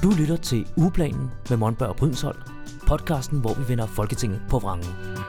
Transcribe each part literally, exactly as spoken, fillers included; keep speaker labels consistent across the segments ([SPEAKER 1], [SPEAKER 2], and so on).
[SPEAKER 1] Du lytter til Ugeplanen med Monberg og Brydensholt, podcasten, hvor vi vender Folketinget på vrangen.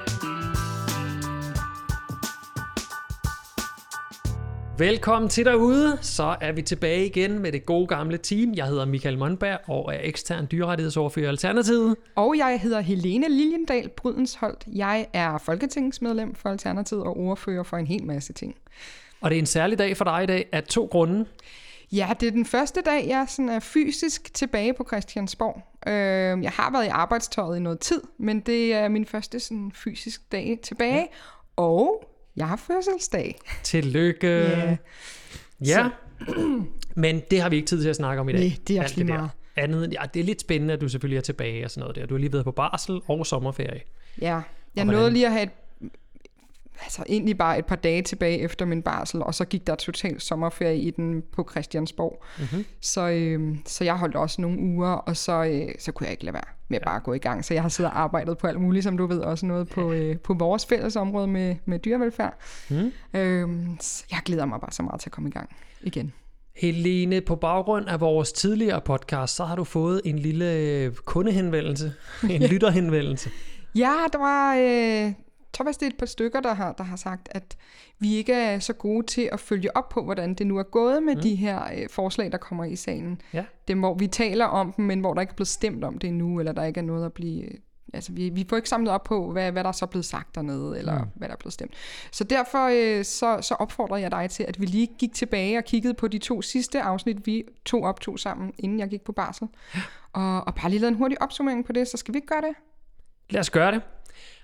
[SPEAKER 2] Velkommen til derude. Så er vi tilbage igen med det gode gamle team. Jeg hedder Michael Monberg og er ekstern dyrerettighedsordfører i Alternativet.
[SPEAKER 3] Og jeg hedder Helene Liliendahl Brydensholt. Jeg er folketingsmedlem for Alternativet og ordfører for en hel masse ting.
[SPEAKER 2] Og det er en særlig dag for dig i dag af to grunde.
[SPEAKER 3] Ja, det er den første dag, jeg sådan er fysisk tilbage på Christiansborg. Jeg har været i arbejdstøjet i noget tid, men det er min første sådan fysisk dag tilbage. Ja. Og jeg har fødselsdag.
[SPEAKER 2] Tillykke.
[SPEAKER 3] Yeah.
[SPEAKER 2] Ja, men det har vi ikke tid til at snakke om i dag.
[SPEAKER 3] Nej, det er også lige meget.
[SPEAKER 2] Andet, ja, det er lidt spændende, at du selvfølgelig er tilbage og sådan noget der. Du har lige været på barsel og sommerferie.
[SPEAKER 3] Ja, jeg nåede lige at have et, altså egentlig bare et par dage tilbage efter min barsel, og så gik der totalt sommerferie i den på Christiansborg. Mm-hmm. Så, øh, så jeg holdt også nogle uger, og så, øh, så kunne jeg ikke lade være med ja. bare at gå i gang. Så jeg har siddet og arbejdet på alt muligt, som du ved, også noget på, øh, på vores fælles område med, med dyrevelfærd. Mm. Øh, jeg glæder mig bare så meget til at komme i gang igen.
[SPEAKER 2] Helene, på baggrund af vores tidligere podcast, så har du fået en lille kundehenvendelse, en lytterhenvendelse.
[SPEAKER 3] Ja, der var... Øh, Jeg tror faktisk, det er et par stykker, der har, der har sagt, at vi ikke er så gode til at følge op på, hvordan det nu er gået med mm. de her øh, forslag, der kommer i salen. Ja. Dem, hvor vi taler om dem, men hvor der ikke er blevet stemt om det endnu, eller der ikke er noget at blive... Øh, altså, vi, vi får ikke samlet op på, hvad, hvad der er så blevet sagt dernede, eller mm. hvad der er blevet stemt. Så derfor øh, så, så opfordrer jeg dig til, at vi lige gik tilbage og kiggede på de to sidste afsnit, vi to optog sammen, inden jeg gik på barsel. Og, og bare lige lavede en hurtig opsummering på det, så skal vi ikke gøre det?
[SPEAKER 2] Lad os gøre det.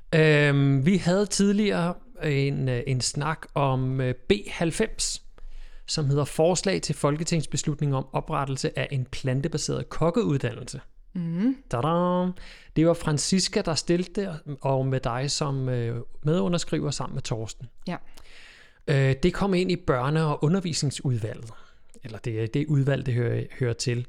[SPEAKER 2] Øhm, vi havde tidligere en, en snak om B halvfems, som hedder forslag til folketingsbeslutning om oprettelse af en plantebaseret kokkeuddannelse. Mm. Tada! Det var Francisca, der stillede det, og med dig som medunderskriver sammen med Torsten.
[SPEAKER 3] Ja.
[SPEAKER 2] Øh, det kom ind i børne- og undervisningsudvalget, eller det, det udvalg, det hører, hører til.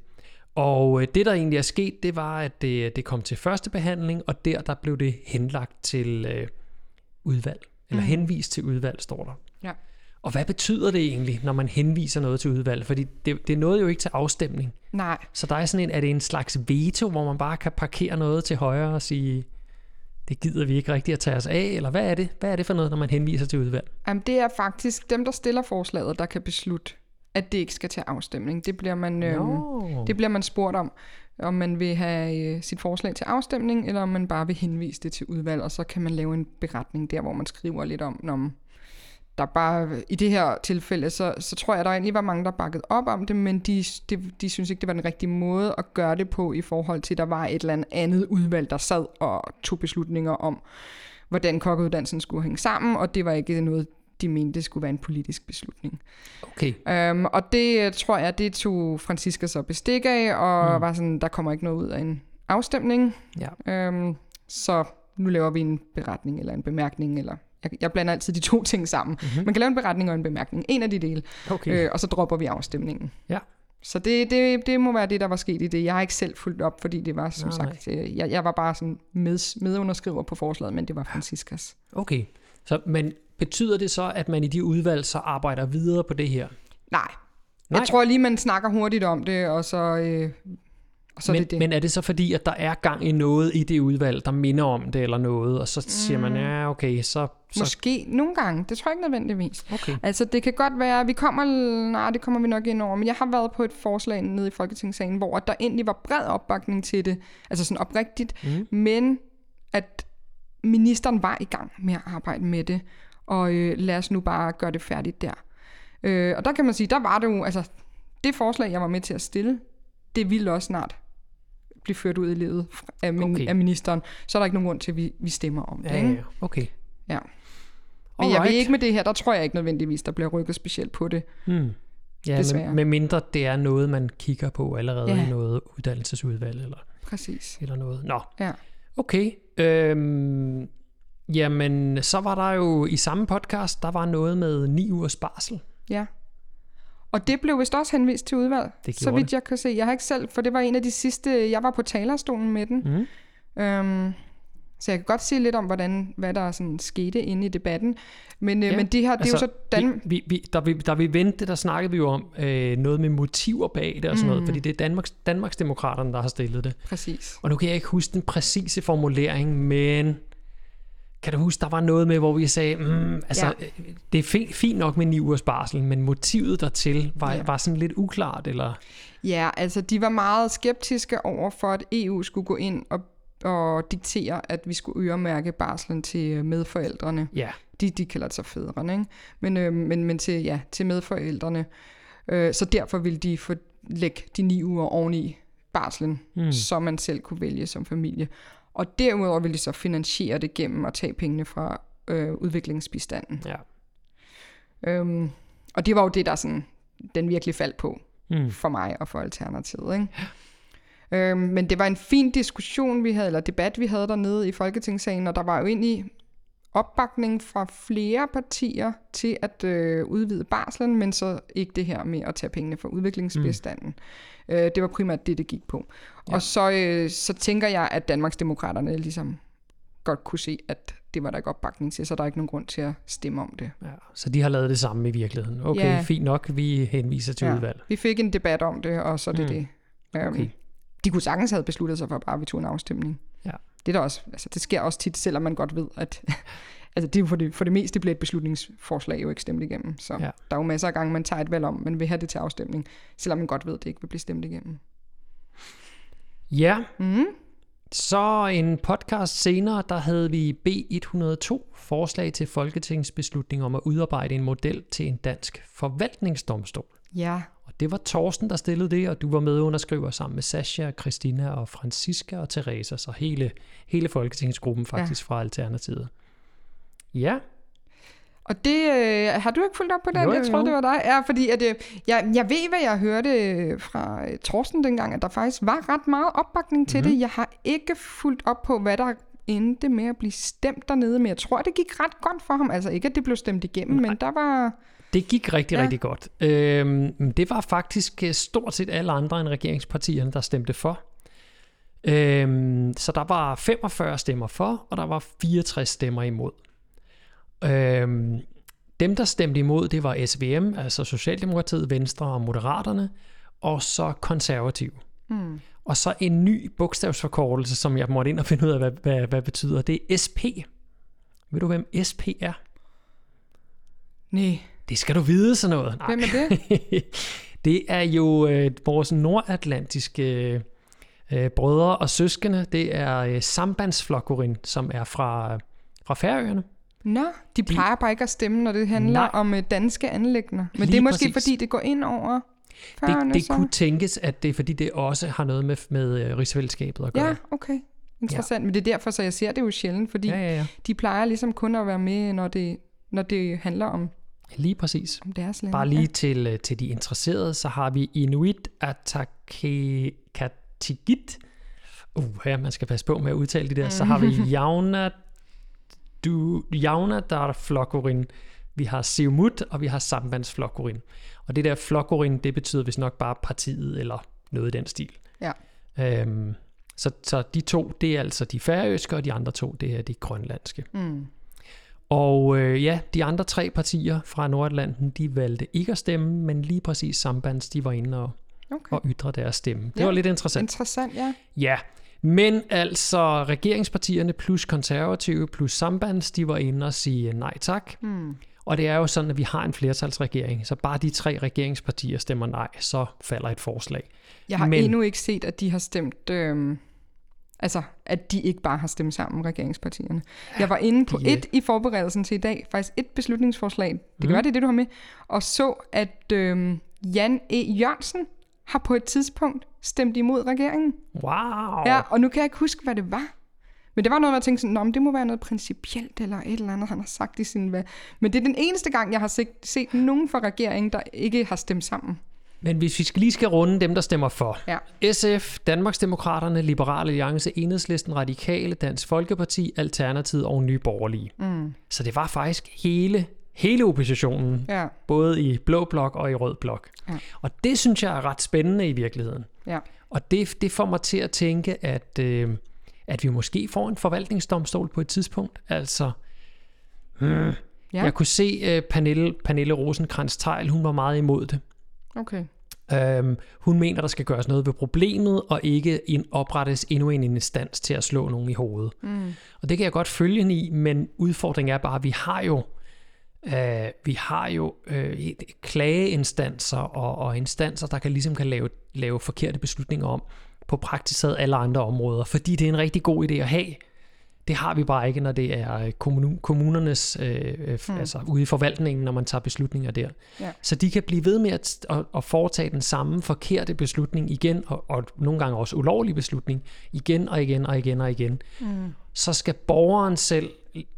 [SPEAKER 2] Og det, der egentlig er sket, det var, at det, det kom til første behandling, og der, der blev det henlagt til øh, udvalg. Eller mm. henvist til udvalg, står der.
[SPEAKER 3] Ja.
[SPEAKER 2] Og hvad betyder det egentlig, når man henviser noget til udvalg? Fordi det, det nåede jo ikke til afstemning.
[SPEAKER 3] Nej.
[SPEAKER 2] Så der er sådan en, er det en slags veto, hvor man bare kan parkere noget til højre og sige, det gider vi ikke rigtig at tage os af? Eller hvad er det? Hvad er det for noget, når man henviser til udvalg?
[SPEAKER 3] Jamen, det er faktisk dem, der stiller forslaget, der kan beslutte, at det ikke skal til afstemning. Det bliver man, øh, no. det bliver man spurgt om, om man vil have øh, sit forslag til afstemning, eller om man bare vil henvise det til udvalg, og så kan man lave en beretning der, hvor man skriver lidt om, om der bare, i det her tilfælde, så, så tror jeg, der egentlig var mange, der bakkede op om det, men de, de, de synes ikke, det var den rigtige måde at gøre det på, i forhold til, at der var et eller andet udvalg, der sad og tog beslutninger om, hvordan kokkeuddannelsen skulle hænge sammen, og det var ikke noget, de mente, det skulle være en politisk beslutning.
[SPEAKER 2] Okay.
[SPEAKER 3] Øhm, og det tror jeg, det tog Francisca så bestik af, og mm. var sådan, der kommer ikke noget ud af en afstemning. Ja. Øhm, så nu laver vi en beretning eller en bemærkning, eller jeg, jeg blander altid de to ting sammen. Mm-hmm. Man kan lave en beretning og en bemærkning, en af de dele, okay. øh, og så dropper vi afstemningen. Ja. Så det, det, det må være det, der var sket i det. Jeg har ikke selv fulgt op, fordi det var, som nej, sagt, nej. Jeg, jeg var bare sådan med, medunderskriver på forslaget, men det var Franciscas.
[SPEAKER 2] Okay, så men betyder det så, at man i de udvalg så arbejder videre på det her?
[SPEAKER 3] Nej. Nej. Jeg tror lige, man snakker hurtigt om det, og så, øh, og så
[SPEAKER 2] men,
[SPEAKER 3] er det det.
[SPEAKER 2] Men er det så fordi, at der er gang i noget i det udvalg, der minder om det eller noget, og så siger mm. man, ja okay, så... så...
[SPEAKER 3] Måske nogle gange, det tror jeg ikke nødvendigvis.
[SPEAKER 2] Okay.
[SPEAKER 3] Altså det kan godt være, vi kommer, nej det kommer vi nok ind over, men jeg har været på et forslag nede i Folketingssalen, hvor der egentlig var bred opbakning til det, altså sådan oprigtigt, mm. men at ministeren var i gang med at arbejde med det, og øh, lad os nu bare gøre det færdigt der. Øh, og der kan man sige, der var det jo, altså det forslag, jeg var med til at stille, det ville også snart blive ført ud i livet af, min, okay. af ministeren, så er der ikke nogen grund til, at vi, vi stemmer om det.
[SPEAKER 2] Ja, ja, ja. Okay.
[SPEAKER 3] Ja. Men Alright. Jeg ved ikke med det her, der tror jeg ikke nødvendigvis, der bliver rykket specielt på det. Hmm.
[SPEAKER 2] Ja, med, med mindre det er noget, man kigger på allerede ja. i noget uddannelsesudvalg, eller,
[SPEAKER 3] præcis.
[SPEAKER 2] eller noget. Nå,
[SPEAKER 3] ja.
[SPEAKER 2] Okay. Øhm, jamen, så var der jo i samme podcast, der var noget med ni ugers barsel.
[SPEAKER 3] Ja. Og det blev vist også henvist til udvalg, så vidt jeg kan se. Jeg har ikke selv, for det var en af de sidste, jeg var på talerstolen med den. Mm. Øhm, Så jeg kan godt sige lidt om, hvordan, hvad der sådan skete inde i debatten. Men,
[SPEAKER 2] Ja,
[SPEAKER 3] øh, men det her, det
[SPEAKER 2] altså,
[SPEAKER 3] er jo så... Dan-
[SPEAKER 2] vi, vi, da, vi, da vi vendte, der snakkede vi jo om øh, noget med motiver bag det og sådan mm. noget, fordi det er Danmarks, Danmarksdemokraterne, der har stillet det.
[SPEAKER 3] Præcis.
[SPEAKER 2] Og nu kan jeg ikke huske den præcise formulering, men kan du huske, der var noget med, hvor vi sagde, mm, altså, ja. det er fint, fint nok med ni ugers barsel, men motivet dertil var, ja. var sådan lidt uklart, eller?
[SPEAKER 3] Ja, altså de var meget skeptiske over for, at E U skulle gå ind og, og diktere, at vi skulle øremærke barslen til medforældrene.
[SPEAKER 2] Ja.
[SPEAKER 3] De, de kalder det så fædrene, ikke? Men, øh, men, men til, ja, til medforældrene. Øh, så derfor ville de få lægge de ni uger oveni barslen, mm. så man selv kunne vælge som familie. Og derudover ville de så finansiere det gennem at tage pengene fra øh, udviklingsbistanden.
[SPEAKER 2] Ja.
[SPEAKER 3] Øhm, og det var jo det, der sådan, den virkelig faldt på
[SPEAKER 2] Mm.
[SPEAKER 3] for mig og for Alternativet. Ikke? Øhm, men det var en fin diskussion, vi havde, eller debat, vi havde dernede i Folketingssalen, og der var jo egentlig opbakning fra flere partier til at øh, udvide barslen, men så ikke det her med at tage pengene fra udviklingsbistanden. Mm. Øh, det var primært det, det gik på. Ja. Og så, øh, så tænker jeg, at Danmarksdemokraterne ligesom godt kunne se, at det var der ikke opbakning til, så der er ikke nogen grund til at stemme om det.
[SPEAKER 2] Ja, så de har lavet det samme i virkeligheden. Okay,
[SPEAKER 3] ja.
[SPEAKER 2] Fint nok, vi henviser til
[SPEAKER 3] ja.
[SPEAKER 2] udvalg.
[SPEAKER 3] Vi fik en debat om det, og så er det
[SPEAKER 2] Mm.
[SPEAKER 3] det. Um,
[SPEAKER 2] Okay.
[SPEAKER 3] De kunne sagtens have besluttet sig for, at bare vi tog en afstemning.
[SPEAKER 2] Ja.
[SPEAKER 3] Det, er der også, altså, det sker også tit, selvom man godt ved, at altså, det er jo for, det, for det meste bliver et beslutningsforslag jo ikke stemt igennem. Så
[SPEAKER 2] Ja.
[SPEAKER 3] der er jo masser af gange, man tager et valg om, men vil have det til afstemning, selvom man godt ved, at det ikke vil blive stemt igennem.
[SPEAKER 2] Ja,
[SPEAKER 3] Mm.
[SPEAKER 2] så en podcast senere, der havde vi B et hundrede og to, forslag til folketingsbeslutning om at udarbejde en model til en dansk forvaltningsdomstol.
[SPEAKER 3] Ja.
[SPEAKER 2] Og det var Torsten, der stillede det, og du var medunderskriver sammen med Sascha, Christina og Franziska og Teresa, så hele, hele folketingsgruppen faktisk ja. fra Alternativet. Ja.
[SPEAKER 3] Og det, øh, har du ikke fulgt op på det?
[SPEAKER 2] Jo,
[SPEAKER 3] Jeg
[SPEAKER 2] jo,
[SPEAKER 3] tror,
[SPEAKER 2] jo.
[SPEAKER 3] det var dig. Ja, fordi at, øh, jeg, jeg ved, hvad jeg hørte fra øh, Torsten dengang, at der faktisk var ret meget opbakning til
[SPEAKER 2] Mhm.
[SPEAKER 3] det. Jeg har ikke fulgt op på, hvad der endte med at blive stemt dernede, men jeg tror, det gik ret godt for ham. Altså ikke, at det blev stemt igennem,
[SPEAKER 2] Nej.
[SPEAKER 3] men der var...
[SPEAKER 2] Det gik rigtig,
[SPEAKER 3] Ja.
[SPEAKER 2] ja. rigtig godt. Øhm, det var faktisk øh, stort set alle andre end regeringspartierne, der stemte for. Øhm, så der var femogfyrre stemmer for, og der var fireogtres stemmer imod. Øhm, dem, der stemte imod, det var S V M, altså Socialdemokratiet, Venstre og Moderaterne, og så Konservativ.
[SPEAKER 3] Hmm.
[SPEAKER 2] Og så en ny bogstavsforkortelse, som jeg måtte ind og finde ud af, hvad, hvad, hvad betyder. Det er S P. Ved du, hvem S P er?
[SPEAKER 3] Nej.
[SPEAKER 2] Det skal du vide, sådan noget. Nej.
[SPEAKER 3] Hvem er det?
[SPEAKER 2] Det er jo øh, vores nordatlantiske øh, brødre og søskende. Det er øh, sambandsflokkurin, som er fra, fra Færøerne.
[SPEAKER 3] Nå, de plejer bare ikke at stemme, når det handler
[SPEAKER 2] Nej.
[SPEAKER 3] om øh, danske anliggender. Men
[SPEAKER 2] Lige
[SPEAKER 3] det er måske,
[SPEAKER 2] præcis.
[SPEAKER 3] fordi det går ind over
[SPEAKER 2] Det,
[SPEAKER 3] Færøerne,
[SPEAKER 2] det
[SPEAKER 3] så?
[SPEAKER 2] kunne tænkes, at det er, fordi det også har noget med, med øh, rigsfællesskabet at gøre.
[SPEAKER 3] Ja, okay. Interessant. Ja. Men det er derfor, så jeg ser det jo sjældent, fordi
[SPEAKER 2] ja, ja, ja.
[SPEAKER 3] de plejer ligesom kun at være med, når det, når det handler om,
[SPEAKER 2] Lige præcis.
[SPEAKER 3] om deres lande.
[SPEAKER 2] Bare lige til, øh, til de interesserede, så har vi Inuit Ataqatigiit. Uh, ja, man skal passe på med at udtale de der. Så har vi Jauna du Javnaðarflokkurin, vi har Siumut, og vi har Sambandsflokkurin. Og det der flokkurin, det betyder vist nok bare partiet, eller noget i den stil.
[SPEAKER 3] Ja.
[SPEAKER 2] Øhm, så, så de to, det er altså de færøske, og de andre to, det er de grønlandske.
[SPEAKER 3] Mm.
[SPEAKER 2] Og øh, ja, de andre tre partier fra Nordatlanten, de valgte ikke at stemme, men lige præcis Sambands, de var inde og,
[SPEAKER 3] Okay.
[SPEAKER 2] og ytre deres stemme. Det
[SPEAKER 3] Ja.
[SPEAKER 2] var lidt interessant.
[SPEAKER 3] Interessant, ja.
[SPEAKER 2] Ja, men altså regeringspartierne plus konservative plus Sambands, de var inde og sige nej tak.
[SPEAKER 3] Mm.
[SPEAKER 2] Og det er jo sådan, at vi har en flertalsregering, så bare de tre regeringspartier stemmer nej, så falder et forslag.
[SPEAKER 3] Jeg har
[SPEAKER 2] Men-
[SPEAKER 3] endnu ikke set, at de har stemt... Øh, altså, at de ikke bare har stemt sammen, regeringspartierne. Jeg var inde på
[SPEAKER 2] de,
[SPEAKER 3] et i forberedelsen til i dag, faktisk et beslutningsforslag, det kan
[SPEAKER 2] Mhm.
[SPEAKER 3] være, det er det, du har med, og så, at øh, Jan E. Jørgensen har på et tidspunkt stemt imod regeringen.
[SPEAKER 2] Wow!
[SPEAKER 3] Ja, og nu kan jeg ikke huske, hvad det var. Men det var noget, hvor jeg tænkte sådan, Nå, men det må være noget principielt, eller et eller andet, han har sagt i sin... Hvad. Men det er den eneste gang, jeg har set, set nogen fra regeringen, der ikke har stemt sammen.
[SPEAKER 2] Men hvis vi skal lige skal runde dem, der stemmer for.
[SPEAKER 3] Ja.
[SPEAKER 2] S F, Danmarksdemokraterne, Liberale Alliance, Enhedslisten, Radikale, Dansk Folkeparti, Alternativet og Nye Borgerlige.
[SPEAKER 3] Mm.
[SPEAKER 2] Så det var faktisk hele, hele oppositionen,
[SPEAKER 3] Ja,
[SPEAKER 2] både i blå blok og i rød blok.
[SPEAKER 3] Ja.
[SPEAKER 2] Og det synes jeg er ret spændende i virkeligheden.
[SPEAKER 3] ja.
[SPEAKER 2] Og det, det får mig til at tænke, at, øh, at vi måske får en forvaltningsdomstol på et tidspunkt. Altså, hmm, ja. jeg kunne se uh, Pernille, Pernille Rosenkrantz-Theil, hun var meget imod det.
[SPEAKER 3] Okay.
[SPEAKER 2] Um, hun mener, der skal gøres noget ved problemet, og ikke en, oprettes endnu en instans til at slå nogen i hovedet. Mm. Og det kan jeg godt følge hende i, men udfordringen er bare, at vi har jo uh, vi har jo uh, klageinstanser og, og instanser, der kan ligesom kan lave, lave forkerte beslutninger om på praktisk taget alle andre områder, fordi det er en rigtig god idé at have. Det har vi bare ikke, når det er kommunernes, øh, hmm. altså ude i forvaltningen, når man tager beslutninger der. Ja. Så de kan blive ved med at, at, at foretage den samme forkerte beslutning igen, og, og nogle gange også ulovlig beslutning, igen og igen og igen og igen. Hmm. Så skal borgeren selv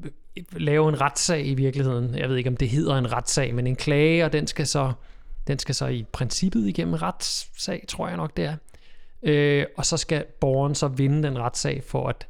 [SPEAKER 2] lave en retssag i virkeligheden. Jeg ved ikke, om det hedder en retssag, men en klage, og den skal så, den skal så i princippet igennem retssag, tror jeg nok det er. Øh, og så skal borgeren så vinde den retssag for at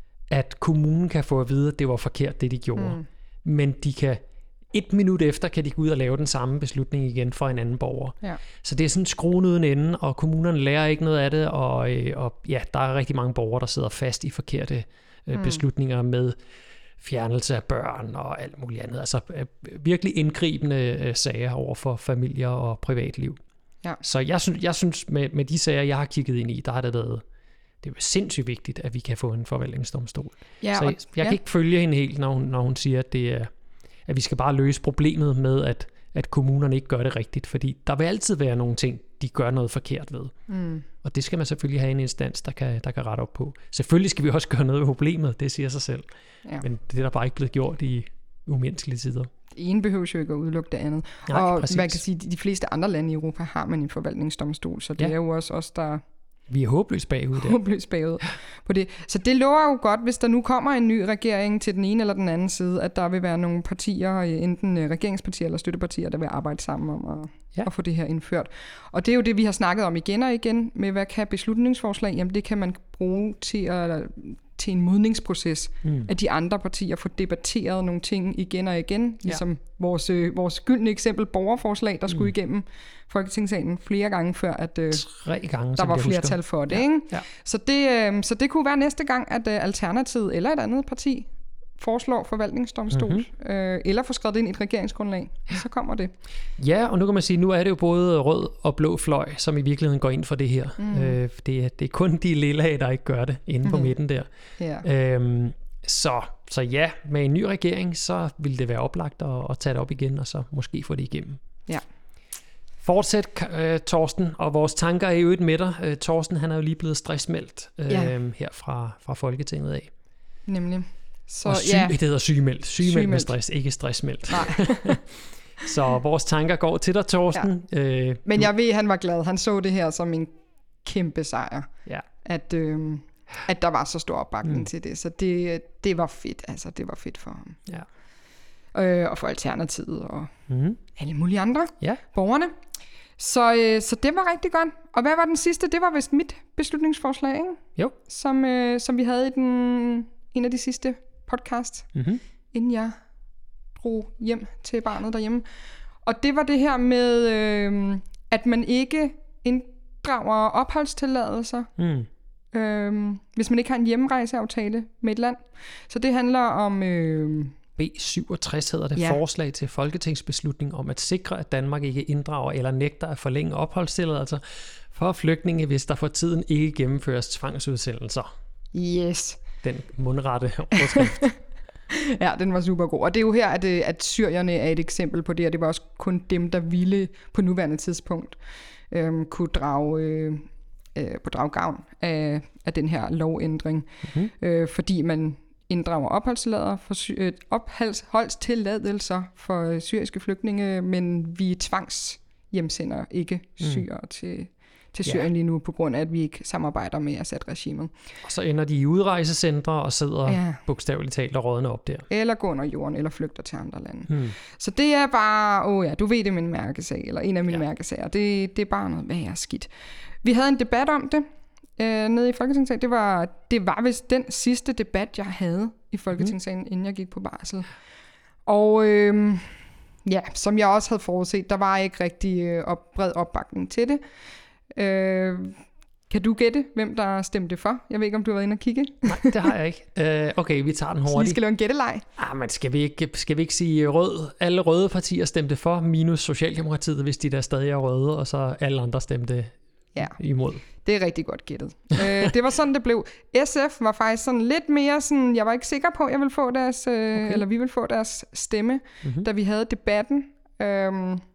[SPEAKER 2] at kommunen kan få at vide, at det var forkert, det de gjorde. Mm. Men de kan, et minut efter, kan de gå ud og lave den samme beslutning igen for en anden borger. Ja. Så det er sådan skruen uden ende, og kommunerne lærer ikke noget af det, og, og ja, der er rigtig mange borgere, der sidder fast i forkerte mm. beslutninger med fjernelse af børn og alt muligt andet. Altså virkelig indgribende sager over for familier og privatliv. Ja. Så jeg synes, jeg synes med, med de sager, jeg har kigget ind i, der har det været det er jo sindssygt vigtigt, at vi kan få en forvaltningsdomstol. Ja, så jeg, jeg kan ja. ikke følge hende helt, når hun, når hun siger, at, det er, at vi skal bare løse problemet med, at, at kommunerne ikke gør det rigtigt. Fordi der vil altid være nogle ting, de gør noget forkert ved. Mm. Og det skal man selvfølgelig have en instans, der kan, der kan rette op på. Selvfølgelig skal vi også gøre noget ved problemet, det siger sig selv. Ja. Men det er der bare ikke blevet gjort i umenneskelige tider.
[SPEAKER 3] Det ene behøver jo ikke at udelukke det andet. Nej, og præcis. Man kan sige, at de fleste andre lande i Europa har man en forvaltningsdomstol, så det ja. er jo også os, der...
[SPEAKER 2] Vi er håbløst bagud der.
[SPEAKER 3] Håbløst bagud på det. Så det lover jo godt, hvis der nu kommer en ny regering til den ene eller den anden side, at der vil være nogle partier, enten regeringspartier eller støttepartier, der vil arbejde sammen om at, ja. at få det her indført. Og det er jo det, vi har snakket om igen og igen med, hvad kan beslutningsforslag? Jamen det kan man bruge til at... til en modningsproces, mm. at de andre partier får debatteret nogle ting igen og igen, ligesom ja. vores, øh, vores gyldne eksempel, borgerforslag, der skulle mm. igennem Folketingssalen flere gange før, at øh,
[SPEAKER 2] Tre gange,
[SPEAKER 3] der var flertal for det.
[SPEAKER 2] Ja.
[SPEAKER 3] Ikke?
[SPEAKER 2] Ja.
[SPEAKER 3] Så, det øh, så det kunne være næste gang, at øh, Alternativet eller et andet parti foreslår forvaltningsdomstol, mm-hmm. øh, eller får skrevet det ind i et regeringsgrundlag, så kommer det.
[SPEAKER 2] Ja, og nu kan man sige, nu er det jo både rød og blå fløj, som i virkeligheden går ind for det her. Mm. Øh, det, er, det er kun de lilla, der ikke gør det inde mm-hmm. på midten der. Yeah. Øhm, så, så ja, med en ny regering, så vil det være oplagt at, at tage det op igen, og så måske få det igennem. Ja. Fortsæt, uh, Torsten, og vores tanker er jo et med dig. Uh, Torsten, han er jo lige blevet stressmeldt uh, ja. her fra, fra Folketinget af.
[SPEAKER 3] Nemlig. Så,
[SPEAKER 2] og syg, ja. Det hedder sygemeldt. Sygemeldt, sygemeldt med stress, ikke stressmeldt. Nej. Så vores tanker går til dig, Torsten. Ja. Øh,
[SPEAKER 3] Men jeg ved, han var glad. Han så det her som en kæmpe sejr.
[SPEAKER 2] Ja.
[SPEAKER 3] At, øh, at der var så stor opbakning mm. til det. Så det, det var fedt. Altså, det var fedt for ham. Ja. Øh, og for Alternativet og mm. alle mulige andre.
[SPEAKER 2] Ja.
[SPEAKER 3] Borgerne. Så, øh, så det var rigtig godt. Og hvad var den sidste? Det var vist mit beslutningsforslag, ikke?
[SPEAKER 2] Jo.
[SPEAKER 3] Som, øh, som vi havde i den, en af de sidste podcast, mm-hmm. inden jeg drog hjem til barnet derhjemme. Og det var det her med, øh, at man ikke inddrager opholdstilladelser, mm. øh, hvis man ikke har en hjemrejseaftale med et land. Så det handler om... Øh,
[SPEAKER 2] B syvogtres hedder det,
[SPEAKER 3] ja.
[SPEAKER 2] forslag til folketingsbeslutning om at sikre, at Danmark ikke inddrager eller nægter at forlænge opholdstilladelser for flygtninge, hvis der for tiden ikke gennemføres tvangsudsendelser.
[SPEAKER 3] Yes.
[SPEAKER 2] Den mundrette overskrift.
[SPEAKER 3] Ja, den var super god. Og det er jo her, at, at syrierne er et eksempel på det, og det var også kun dem, der ville på nuværende tidspunkt øhm, kunne drage, øh, øh, på drage gavn af, af den her lovændring, mm-hmm. øh, fordi man inddrager opholdstilladelser for, øh, opholdstilladelser for syriske flygtninge, men vi tvangs hjemsender ikke syrer mm. til til Syrien ja. lige nu, på grund af, at vi ikke samarbejder med Assad-regimet.
[SPEAKER 2] Og så ender de i udrejsecentre og sidder ja. bogstaveligt talt og rådner op der.
[SPEAKER 3] Eller går under jorden, eller flygter til andre lande. Hmm. Så det er bare, åh ja, du ved det er min mærkesag, eller en af mine ja. mærkesager. Det, det er bare noget værre skidt. Vi havde en debat om det øh, nede i Folketingssalen. Det var, det var vist den sidste debat, jeg havde i Folketingssalen, hmm. inden jeg gik på barsel. Og øh, ja, som jeg også havde forudset, der var ikke rigtig øh, op, bred opbakning til det. Øh, Kan du gætte, hvem der stemte for? Jeg ved ikke, om du har været inde og kigge.
[SPEAKER 2] Nej, det har jeg ikke. Uh, okay, vi tager den hurtigt.
[SPEAKER 3] Så vi skal lave en gætteleg.
[SPEAKER 2] Ah, men skal vi ikke, skal vi ikke sige rød? Alle røde partier stemte for, minus Socialdemokratiet, hvis de der stadig er røde, og så alle andre stemte ja. imod.
[SPEAKER 3] Det er rigtig godt gættet. øh, det var sådan, det blev. S F var faktisk sådan lidt mere sådan, jeg var ikke sikker på, at jeg ville få deres, øh, okay. eller vi ville få deres stemme, mm-hmm. da vi havde debatten øh,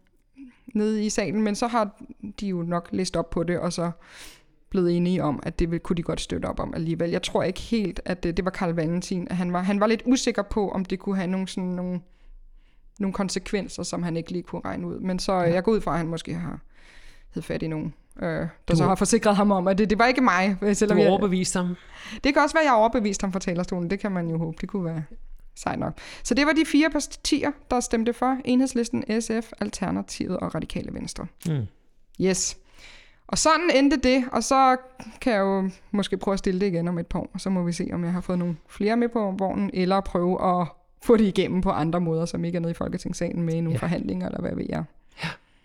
[SPEAKER 3] nede i salen, men så har de jo nok læst op på det, og så blevet enige om, at det ville, kunne de godt støtte op om alligevel. Jeg tror ikke helt, at det, det var Carl Valentin, at han var, han var lidt usikker på, om det kunne have nogle, sådan, nogle, nogle konsekvenser, som han ikke lige kunne regne ud. Men så ja. jeg går ud fra, at han måske har hed fat i nogen, øh, der du, så har forsikret ham om, at det, det var ikke mig. Selvom
[SPEAKER 2] du
[SPEAKER 3] jeg
[SPEAKER 2] overbeviste ham?
[SPEAKER 3] Det kan også være, at jeg overbeviste ham fra talerstolen. Det kan man jo håbe. Det kunne være sejt nok. Så det var de fire partier, der stemte for. Enhedslisten, S F, Alternativet og Radikale Venstre. Mm. Yes. Og sådan endte det, og så kan jeg jo måske prøve at stille det igen om et par år, og så må vi se, om jeg har fået nogle flere med på vognen, eller prøve at få det igennem på andre måder, som ikke er nede i Folketingssalen med i nogle ja. forhandlinger, eller hvad ved jeg.
[SPEAKER 2] Ja.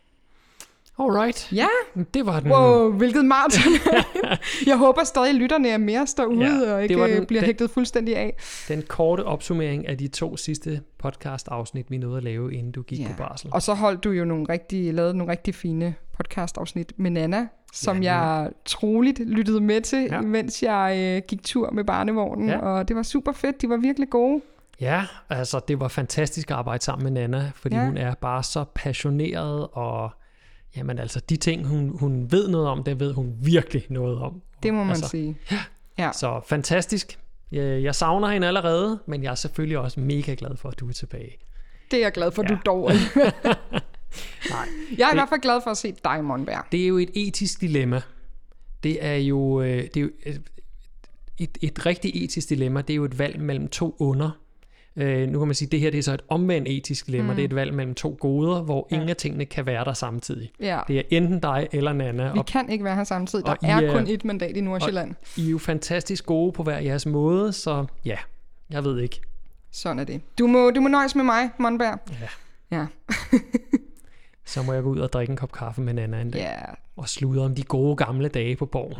[SPEAKER 2] Alright.
[SPEAKER 3] Ja.
[SPEAKER 2] Det var den.
[SPEAKER 3] Wow, hvilket maraton. Jeg håber stadig, at lytterne er mere derude, ja, og ikke den, bliver hægtet fuldstændig af.
[SPEAKER 2] Den korte opsummering af de to sidste podcast-afsnit, vi nåede at lave, inden du gik ja. på barsel.
[SPEAKER 3] Og så holdt du jo nogle rigtig, lavede nogle rigtig fine podcast-afsnit med Nana, som ja, jeg troligt lyttede med til, ja. mens jeg øh, gik tur med barnevognen, ja. og det var super fedt. De var virkelig gode.
[SPEAKER 2] Ja, altså det var fantastisk at arbejde sammen med Nana, fordi ja. hun er bare så passioneret, og jamen altså de ting, hun, hun ved noget om, det ved hun virkelig noget om.
[SPEAKER 3] Det må man
[SPEAKER 2] altså,
[SPEAKER 3] sige. Ja.
[SPEAKER 2] Så fantastisk. Jeg, jeg savner hende allerede, men jeg er selvfølgelig også mega glad for, at du er tilbage.
[SPEAKER 3] Det er jeg glad for, at ja. du dog er. Nej, jeg er det, i hvert fald glad for at se dig, Monberg.
[SPEAKER 2] Det er jo et etisk dilemma. Det er jo, det er jo et, et rigtig etisk dilemma. Det er jo et valg mellem to onder. Uh, nu kan man sige, at det her det er så et omvendt etisk dilemma. Mm. Det er et valg mellem to goder, hvor ja. ingen af tingene kan være der samtidig. Ja. Det er enten dig eller Nana.
[SPEAKER 3] Vi og, kan ikke være her samtidig. Der er, er kun et mandat i Nordsjælland.
[SPEAKER 2] I er jo fantastisk gode på hver jeres måde, så ja, jeg ved ikke.
[SPEAKER 3] Sådan er det. Du må, du må nøjes med mig, Monberg.
[SPEAKER 2] Ja.
[SPEAKER 3] Ja.
[SPEAKER 2] Så må jeg gå ud og drikke en kop kaffe med Nana en dag.
[SPEAKER 3] Ja.
[SPEAKER 2] Og sludre om de gode gamle dage på Borgen.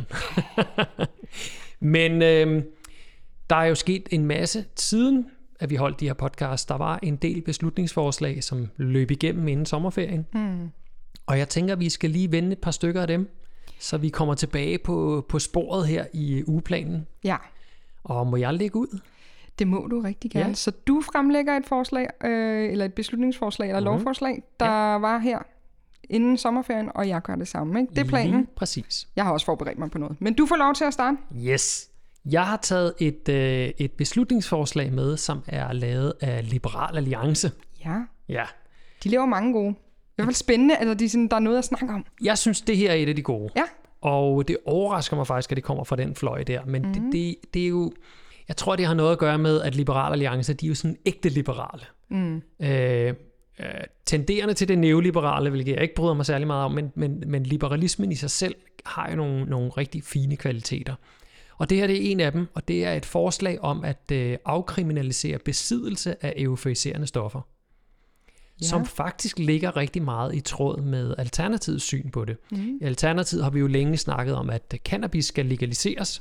[SPEAKER 2] Men øh, der er jo sket en masse siden at vi holdt de her podcasts. Der var en del beslutningsforslag, som løb igennem inden sommerferien. Mm. Og jeg tænker, at vi skal lige vende et par stykker af dem, så vi kommer tilbage på, på sporet her i ugeplanen.
[SPEAKER 3] Ja.
[SPEAKER 2] Og må jeg lægge ud?
[SPEAKER 3] Det må du rigtig gerne. Ja. Så du fremlægger et forslag, øh, eller et beslutningsforslag, eller mm. lovforslag, der ja. var her inden sommerferien, og jeg gør det samme. Ikke? Det er planen.
[SPEAKER 2] Lige præcis.
[SPEAKER 3] Jeg har også forberedt mig på noget. Men du får lov til at starte.
[SPEAKER 2] Yes. Jeg har taget et, øh, et beslutningsforslag med, som er lavet af Liberal Alliance.
[SPEAKER 3] Ja.
[SPEAKER 2] Ja.
[SPEAKER 3] De laver mange gode. Det er i hvert fald spændende, at de sådan, der er noget at snakke om.
[SPEAKER 2] Jeg synes, det her er et af de gode.
[SPEAKER 3] Ja.
[SPEAKER 2] Og det overrasker mig faktisk, at det kommer fra den fløj der. Men mm-hmm. det, det, det er jo... Jeg tror, det har noget at gøre med, at Liberal Alliance, de er jo sådan ægte liberale. Mm. Øh, øh, tenderende til det neoliberale, hvilket jeg ikke bryder mig særlig meget om, men, men, men liberalismen i sig selv har jo nogle, nogle rigtig fine kvaliteter. Og det her det er en af dem, og det er et forslag om at øh, afkriminalisere besiddelse af euforiserende stoffer. Ja. Som faktisk ligger rigtig meget i tråd med Alternativets syn på det. Mm. I Alternativet har vi jo længe snakket om, at cannabis skal legaliseres.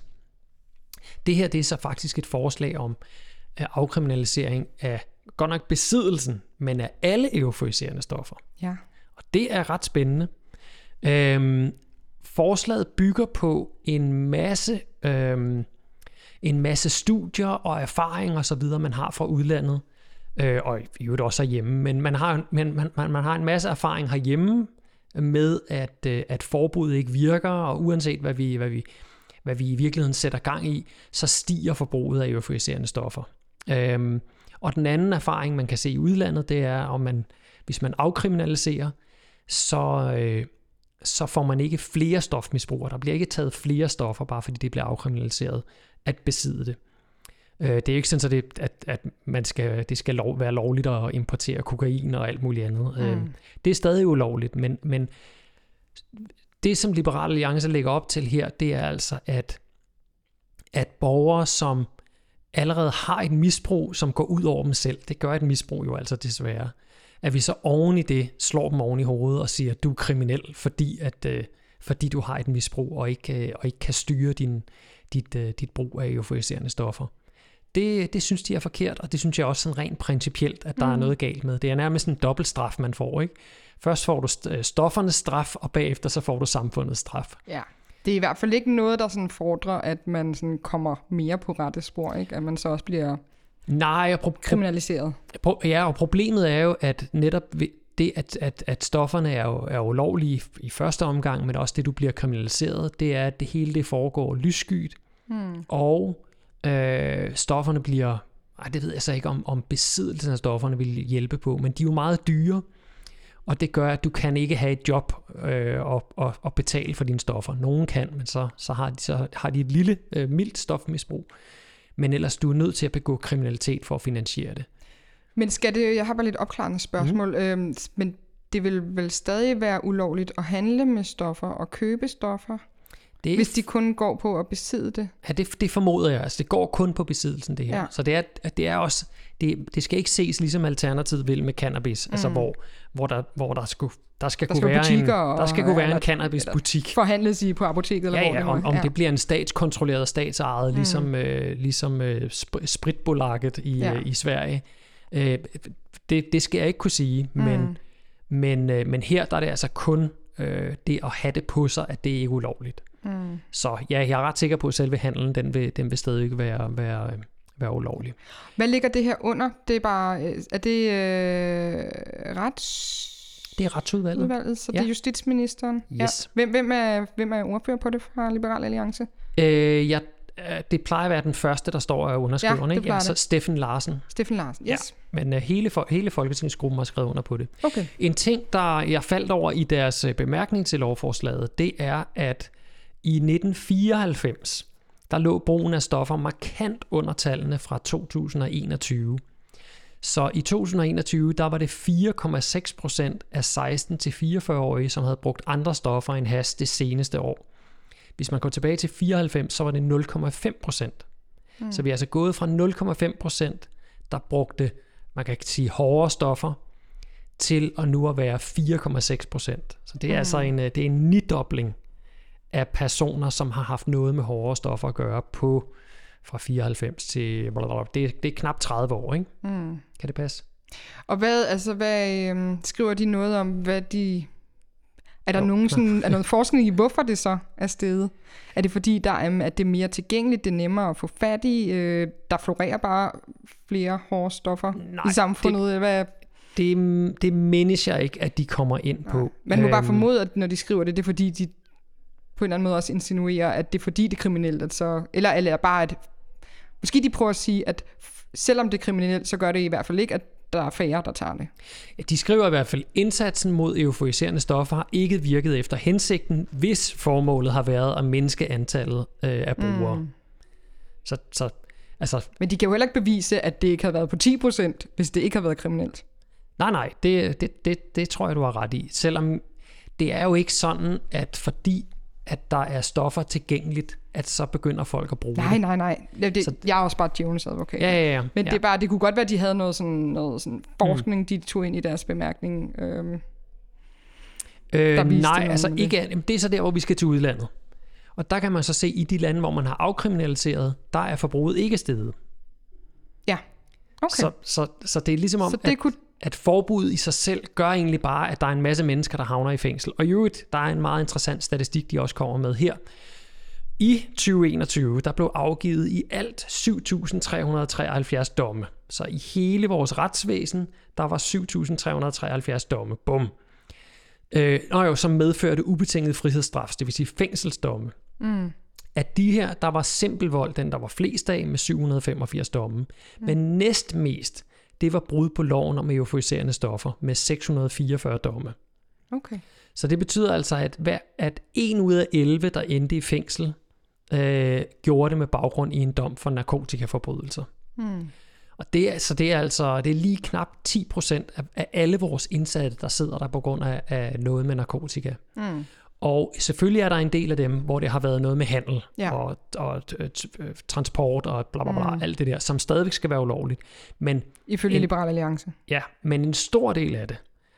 [SPEAKER 2] Det her det er så faktisk et forslag om uh, afkriminalisering af godt nok besiddelsen, men af alle euforiserende stoffer.
[SPEAKER 3] Ja.
[SPEAKER 2] Og det er ret spændende. Øhm, forslaget bygger på en masse, øhm, en masse studier og erfaringer og så videre, man har fra udlandet. Øh, og i øvrigt også herhjemme, men man har, man, man, man har en masse erfaring herhjemme med, at, at forbuddet ikke virker, og uanset hvad vi, hvad, vi, hvad vi i virkeligheden sætter gang i, så stiger forbruget af euforiserende stoffer. Øhm, og den anden erfaring, man kan se i udlandet, det er, om man, hvis man afkriminaliserer, så, øh, så får man ikke flere stofmisbrugere. Der bliver ikke taget flere stoffer, bare fordi det bliver afkriminaliseret at besidde det. Det er jo ikke sådan, at, det, at, at man skal, det skal lov, være lovligt at importere kokain og alt muligt andet. Mm. Det er stadig ulovligt, men, men det, som Liberal Alliance lægger op til her, det er altså, at, at borgere, som allerede har et misbrug, som går ud over dem selv, det gør et misbrug jo altså desværre, at vi så oven i det slår dem oven i hovedet og siger, at du er kriminel, fordi at, fordi du har et misbrug og ikke, og ikke kan styre din, dit, dit brug af euforiserende stoffer. Det, det synes de er forkert, og det synes jeg også sådan rent principielt, at der mm. er noget galt med. Det er nærmest en dobbelt straf, man får, ikke? Først får du stoffernes straf, og bagefter så får du samfundets straf.
[SPEAKER 3] Ja, det er i hvert fald ikke noget, der sådan fordrer, at man sådan kommer mere på rette spor, ikke? At man så også bliver
[SPEAKER 2] Nej, og pro-
[SPEAKER 3] kriminaliseret.
[SPEAKER 2] Pro- ja, og problemet er jo, at netop det, at, at, at stofferne er jo er ulovlige i første omgang, men også det, du bliver kriminaliseret, det er, at det hele det foregår lysskyt, mm. og øh, stofferne bliver, ej, det ved jeg så ikke, om, om besiddelsen af stofferne vil hjælpe på, men de er jo meget dyre, og det gør, at du kan ikke have et job øh, og, og, og betale for dine stoffer. Nogen kan, men så, så, har, de, så har de et lille, øh, mildt stofmisbrug. Men ellers du er nødt til at begå kriminalitet for at finansiere det. Men skal det,
[SPEAKER 3] jeg har bare lidt opklarende spørgsmål, mm. øhm, men det vil vel stadig være ulovligt at handle med stoffer og købe stoffer, det, hvis de kun går på at besidde det?
[SPEAKER 2] Ja, det, det formoder jeg. Altså, det går kun på besiddelsen, det her. Ja. Så det er, det er også, det, det skal ikke ses ligesom Alternativet vil med cannabis, mm. altså hvor, hvor der, hvor der skal, der skal, der kunne, være en, der skal kunne være en cannabisbutik.
[SPEAKER 3] Forhandles i på apoteket eller
[SPEAKER 2] ja,
[SPEAKER 3] hvor
[SPEAKER 2] ja,
[SPEAKER 3] det
[SPEAKER 2] om, om
[SPEAKER 3] ja.
[SPEAKER 2] det bliver en statskontrolleret og statsejet, mm. ligesom, øh, ligesom øh, spritbolaget i, ja. øh, i Sverige. Øh, det, det skal jeg ikke kunne sige, mm. men, men, øh, men her der er det altså kun øh, det at have det på sig, at det ikke er ulovligt. Mm. Så ja, jeg er ret sikker på, at selve handlen, den vil, den vil stadig ikke være, være, være ulovlig.
[SPEAKER 3] Hvad ligger det her under? Det er bare, er det øh, rets...
[SPEAKER 2] Det er retsudvalget.
[SPEAKER 3] Udvalget, så ja. Det er justitsministeren.
[SPEAKER 2] Yes.
[SPEAKER 3] Ja. Hvem, hvem, er, hvem er ordfører på det fra Liberal Alliance?
[SPEAKER 2] Øh, ja, det plejer at være den første, der står af underskriverne.
[SPEAKER 3] Ja, det plejer
[SPEAKER 2] ja, så Steffen Larsen.
[SPEAKER 3] Steffen Larsen, yes.
[SPEAKER 2] Ja, men uh, hele, for, hele Folketingsgruppen har skrevet under på det.
[SPEAKER 3] Okay.
[SPEAKER 2] En ting, der jeg faldt over i deres bemærkning til lovforslaget, det er, at i nitten fireoghalvfems, der lå brugen af stoffer markant under tallene fra to tusind og enogtyve. Så i to tusind og enogtyve, der var det fire komma seks procent af seksten til fireogfyrre-årige, som havde brugt andre stoffer end hash det seneste år. Hvis man går tilbage til fireoghalvfems, så var det nul komma fem procent. Mm. Så vi er altså gået fra nul komma fem procent, der brugte, man kan sige, hårdere stoffer, til at nu at være fire komma seks procent. Så det er mm. altså en, det er en nidobling af personer, som har haft noget med hårdere stoffer at gøre på fra fireoghalvfems til, det, det er knap tredive år, ikke? Mm. Kan det passe?
[SPEAKER 3] Og hvad, altså, hvad øhm, skriver de noget om, hvad de... Er der nogen sådan, er noget forskning i, hvorfor det så er steget? Er det fordi, der er, at det er mere tilgængeligt, det er nemmere at få fat i, øh, der florerer bare flere hårde stoffer Nej, i samfundet? Det, hvad?
[SPEAKER 2] Det, det mindes jeg ikke, at de kommer ind Nej. på.
[SPEAKER 3] Man må øhm, bare formode, at når de skriver det, det er fordi, de på en eller anden måde også insinuerer, at det er fordi, det er kriminelt, at så, eller, eller bare, at måske de prøver at sige, at selvom det er kriminelt, så gør det i hvert fald ikke, at der er færre, der tager det.
[SPEAKER 2] Ja, de skriver i hvert fald, indsatsen mod euforiserende stoffer har ikke virket efter hensigten, hvis formålet har været at mindske antallet øh, af brugere. Mm. Så, så, altså,
[SPEAKER 3] Men de kan jo heller ikke bevise, at det ikke har været på ti procent, hvis det ikke har været kriminelt.
[SPEAKER 2] Nej, nej, det, det, det, det tror jeg, du har ret i. Selvom det er jo ikke sådan, at fordi at der er stoffer tilgængeligt, at så begynder folk at bruge
[SPEAKER 3] nej,
[SPEAKER 2] det.
[SPEAKER 3] Nej, nej, nej. Det, så, jeg er også bare djævelens advokat.
[SPEAKER 2] Ja, ja, ja.
[SPEAKER 3] Men
[SPEAKER 2] ja.
[SPEAKER 3] det er bare, det kunne godt være, at de havde noget sådan, noget sådan forskning, mm. de tog ind i deres bemærkning. Øhm,
[SPEAKER 2] øh, nej, altså det. ikke. Det er så der, hvor vi skal til udlandet. Og der kan man så se, i de lande, hvor man har afkriminaliseret, der er forbruget ikke steget.
[SPEAKER 3] Ja, okay.
[SPEAKER 2] Så, så, så det er ligesom om,
[SPEAKER 3] så det
[SPEAKER 2] at,
[SPEAKER 3] kunne...
[SPEAKER 2] at forbuddet i sig selv gør egentlig bare, at der er en masse mennesker, der havner i fængsel. Og i øvrigt, der er en meget interessant statistik, de også kommer med her. I tyve enogtyve, der blev afgivet i alt syv tusind tre hundrede og treoghalvfjerds domme. Så i hele vores retsvæsen, der var syv tusind tre hundrede og treoghalvfjerds domme. Bum. Øh, og jo, som medførte ubetinget frihedsstraf, det vil sige fængselsdomme. Mm. At de her, der var simpel vold, den der var flest af, med syv hundrede og femogfirs domme. Mm. Men næstmest, det var brud på loven om euforiserende stoffer, med seks hundrede og fireogfyrre domme.
[SPEAKER 3] Okay.
[SPEAKER 2] Så det betyder altså, at, hver, at en ud af elleve, der endte i fængsel, øh, gjorde det med baggrund i en dom for narkotikaforbrydelser. Mm. Og det er, så det er altså det er lige knap ti procent af, af alle vores indsatte, der sidder der på grund af, af noget med narkotika. Mm. Og selvfølgelig er der en del af dem, hvor det har været noget med handel ja. og, og t- transport og bla bla bla, mm. alt det der, som stadigvæk skal være ulovligt. Men
[SPEAKER 3] ifølge
[SPEAKER 2] en,
[SPEAKER 3] Liberal Alliance.
[SPEAKER 2] Ja, men en stor del af det,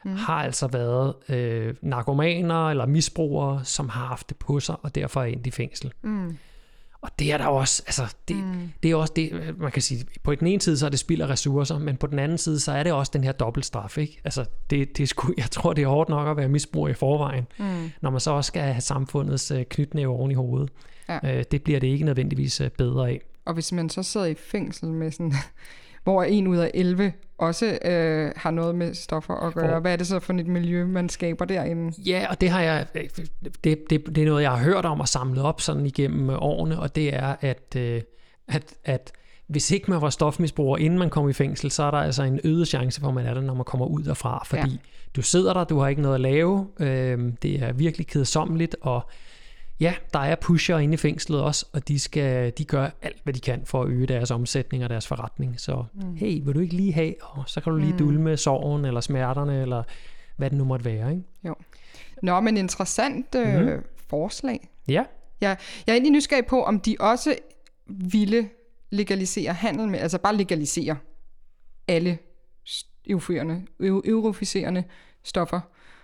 [SPEAKER 2] mm. har altså været øh, narkomaner eller misbrugere, som har haft det på sig, og derfor er endt i fængsel. Mm. Og det er der også, altså, det, mm. det er også det, man kan sige, på den ene side, så er det spild af ressourcer, men på den anden side, så er det også den her dobbeltstraf, ikke? Altså, det, det er sgu, jeg tror, det er hårdt nok at være misbruger i forvejen, mm. når man så også skal have samfundets øh, knytnæve oven i hovedet. Ja. Øh, det bliver det ikke nødvendigvis øh, bedre af.
[SPEAKER 3] Og hvis man så sidder i fængsel med sådan, hvor en ud af elleve også øh, har noget med stoffer at gøre, for... hvad er det så for et miljø, man skaber derinde?
[SPEAKER 2] Ja, og det har jeg, det, det, det er noget, jeg har hørt om og samlet op sådan igennem årene, og det er, at, øh, at, at hvis ikke man var stofmisbruger, inden man kom i fængsel, så er der altså en øget chance for, at man er der, når man kommer ud derfra, fordi ja. du sidder der, du har ikke noget at lave, øh, det er virkelig kedsommeligt, og ja, der er pusher inde i fængslet også, og de, skal, de gør alt, hvad de kan for at øge deres omsætning og deres forretning. Så mm. hey, vil du ikke lige have, og så kan du lige mm. dulme sorgen eller smerterne, eller hvad det nu måtte være, ikke?
[SPEAKER 3] Jo. Nå, men interessant øh, mm. forslag.
[SPEAKER 2] Ja.
[SPEAKER 3] Jeg, jeg er egentlig nysgerrig på, om de også ville legalisere handel med, altså bare legalisere alle euforiserende, euforiserende stoffer.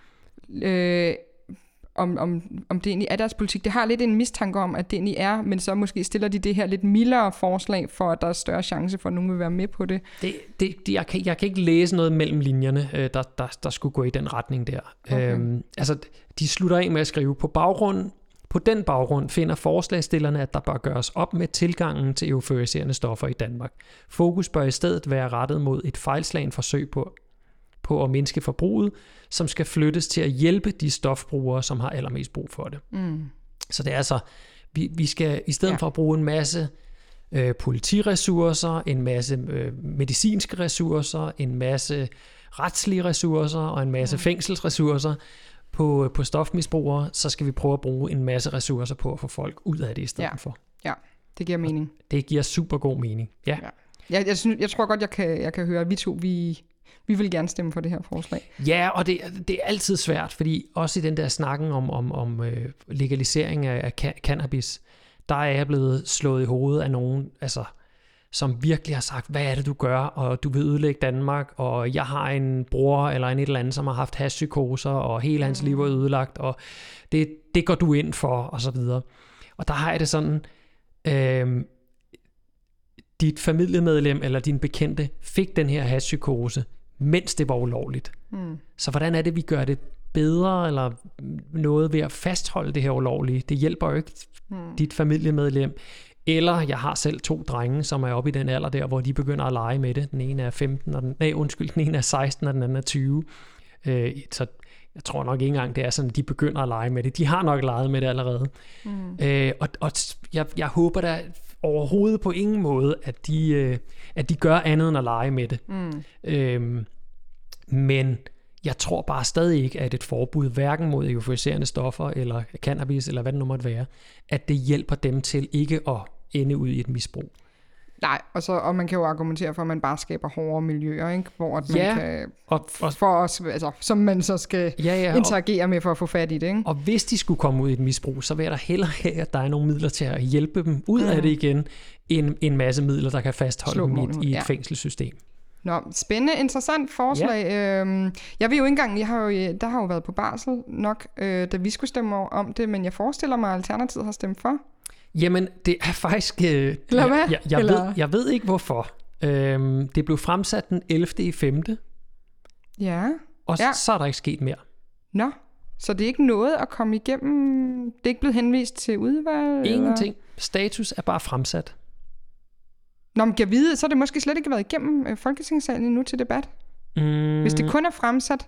[SPEAKER 3] Øh, Om, om, om det egentlig er deres politik. Det har lidt en mistanke om, at det egentlig er, men så måske stiller de det her lidt mildere forslag, for at der er større chance for, at nogen vil være med på det.
[SPEAKER 2] det, det, det jeg, kan, jeg kan ikke læse noget mellem linjerne, der, der, der skulle gå i den retning der. Okay. Øhm, altså, de slutter af med at skrive, på baggrund, på den baggrund finder forslagsstillerne, at der bør gøres op med tilgangen til euforiserende stoffer i Danmark. Fokus bør i stedet være rettet mod et fejlslagent forsøg på på at mindske forbruget, som skal flyttes til at hjælpe de stofbrugere, som har allermest brug for det. Mm. Så det er altså, vi, vi skal i stedet ja. for at bruge en masse øh, politiressourcer, en masse øh, medicinske ressourcer, en masse retslige ressourcer og en masse ja. fængselsressourcer på, på stofmisbrugere, så skal vi prøve at bruge en masse ressourcer på at få folk ud af det i stedet
[SPEAKER 3] ja.
[SPEAKER 2] for.
[SPEAKER 3] Ja, det giver mening.
[SPEAKER 2] Og det giver super god mening. Ja.
[SPEAKER 3] ja. Jeg, jeg, synes, jeg tror godt, jeg kan, jeg kan høre, at vi to, vi... Vi vil gerne stemme for det her forslag.
[SPEAKER 2] Ja, og det, det er altid svært, fordi også i den der snakken om, om, om øh, legalisering af, af cannabis, der er jeg blevet slået i hovedet af nogen, altså, som virkelig har sagt, hvad er det, du gør, og du vil ødelægge Danmark, og jeg har en bror eller en et eller andet, som har haft hashpsykoser, og hele hans mm. liv er ødelagt, og det, det går du ind for, og så videre. Og der har jeg det sådan... Øh, dit familiemedlem eller din bekendte fik den her hashpsykose, mens det var ulovligt. Mm. Så hvordan er det, vi gør det bedre, eller noget ved at fastholde det her ulovlige? Det hjælper jo ikke mm. dit familiemedlem. Eller jeg har selv to drenge, som er oppe i den alder der, hvor de begynder at lege med det. Den ene er femten, og den, nej, undskyld, den ene er seksten, og den anden er tyve. Øh, så jeg tror nok ikke engang, det er sådan, at de begynder at lege med det. De har nok leget med det allerede. Mm. Øh, og og jeg, jeg håber da overhovedet på ingen måde, at de, øh, at de gør andet end at lege med det. Mm. Øhm, men jeg tror bare stadig ikke, at et forbud, hverken mod euforiserende stoffer, eller cannabis, eller hvad det nu måtte være, at det hjælper dem til ikke at ende ud i et misbrug.
[SPEAKER 3] Nej, og, så, og man kan jo argumentere for, at man bare skaber hårdere miljøer, ikke? Hvor at man
[SPEAKER 2] ja,
[SPEAKER 3] kan,
[SPEAKER 2] og, og,
[SPEAKER 3] for os, altså, som man så skal ja, ja, interagere og, med for at få fat i det. Ikke?
[SPEAKER 2] Og hvis de skulle komme ud i et misbrug, så vil jeg da hellere have, at der er nogle midler til at hjælpe dem ud mm. af det igen, end en masse midler, der kan fastholde Slå dem i et, i et ja. fængselssystem.
[SPEAKER 3] Nå, spændende, interessant forslag. Ja. Øhm, jeg ved jo ikke engang, jeg har jo, der har jo været på barsel nok, øh, da vi skulle stemme om det, men jeg forestiller mig, at Alternativet har stemt for.
[SPEAKER 2] Jamen, det er faktisk... Øh,
[SPEAKER 3] Eller hvad?
[SPEAKER 2] Jeg, jeg, jeg, Eller? Ved, jeg ved ikke, hvorfor. Øhm, det blev fremsat den ellevte i femte
[SPEAKER 3] Ja.
[SPEAKER 2] Og
[SPEAKER 3] ja.
[SPEAKER 2] så er der ikke sket mere.
[SPEAKER 3] Nå, så det er ikke noget at komme igennem? Det er ikke blevet henvist til udvalg?
[SPEAKER 2] Ingenting.
[SPEAKER 3] Eller?
[SPEAKER 2] Status er bare fremsat.
[SPEAKER 3] Nå, men kan jeg vide, så har det måske slet ikke været igennem Folketingssalen endnu til debat?
[SPEAKER 2] Mm.
[SPEAKER 3] Hvis det kun er fremsat...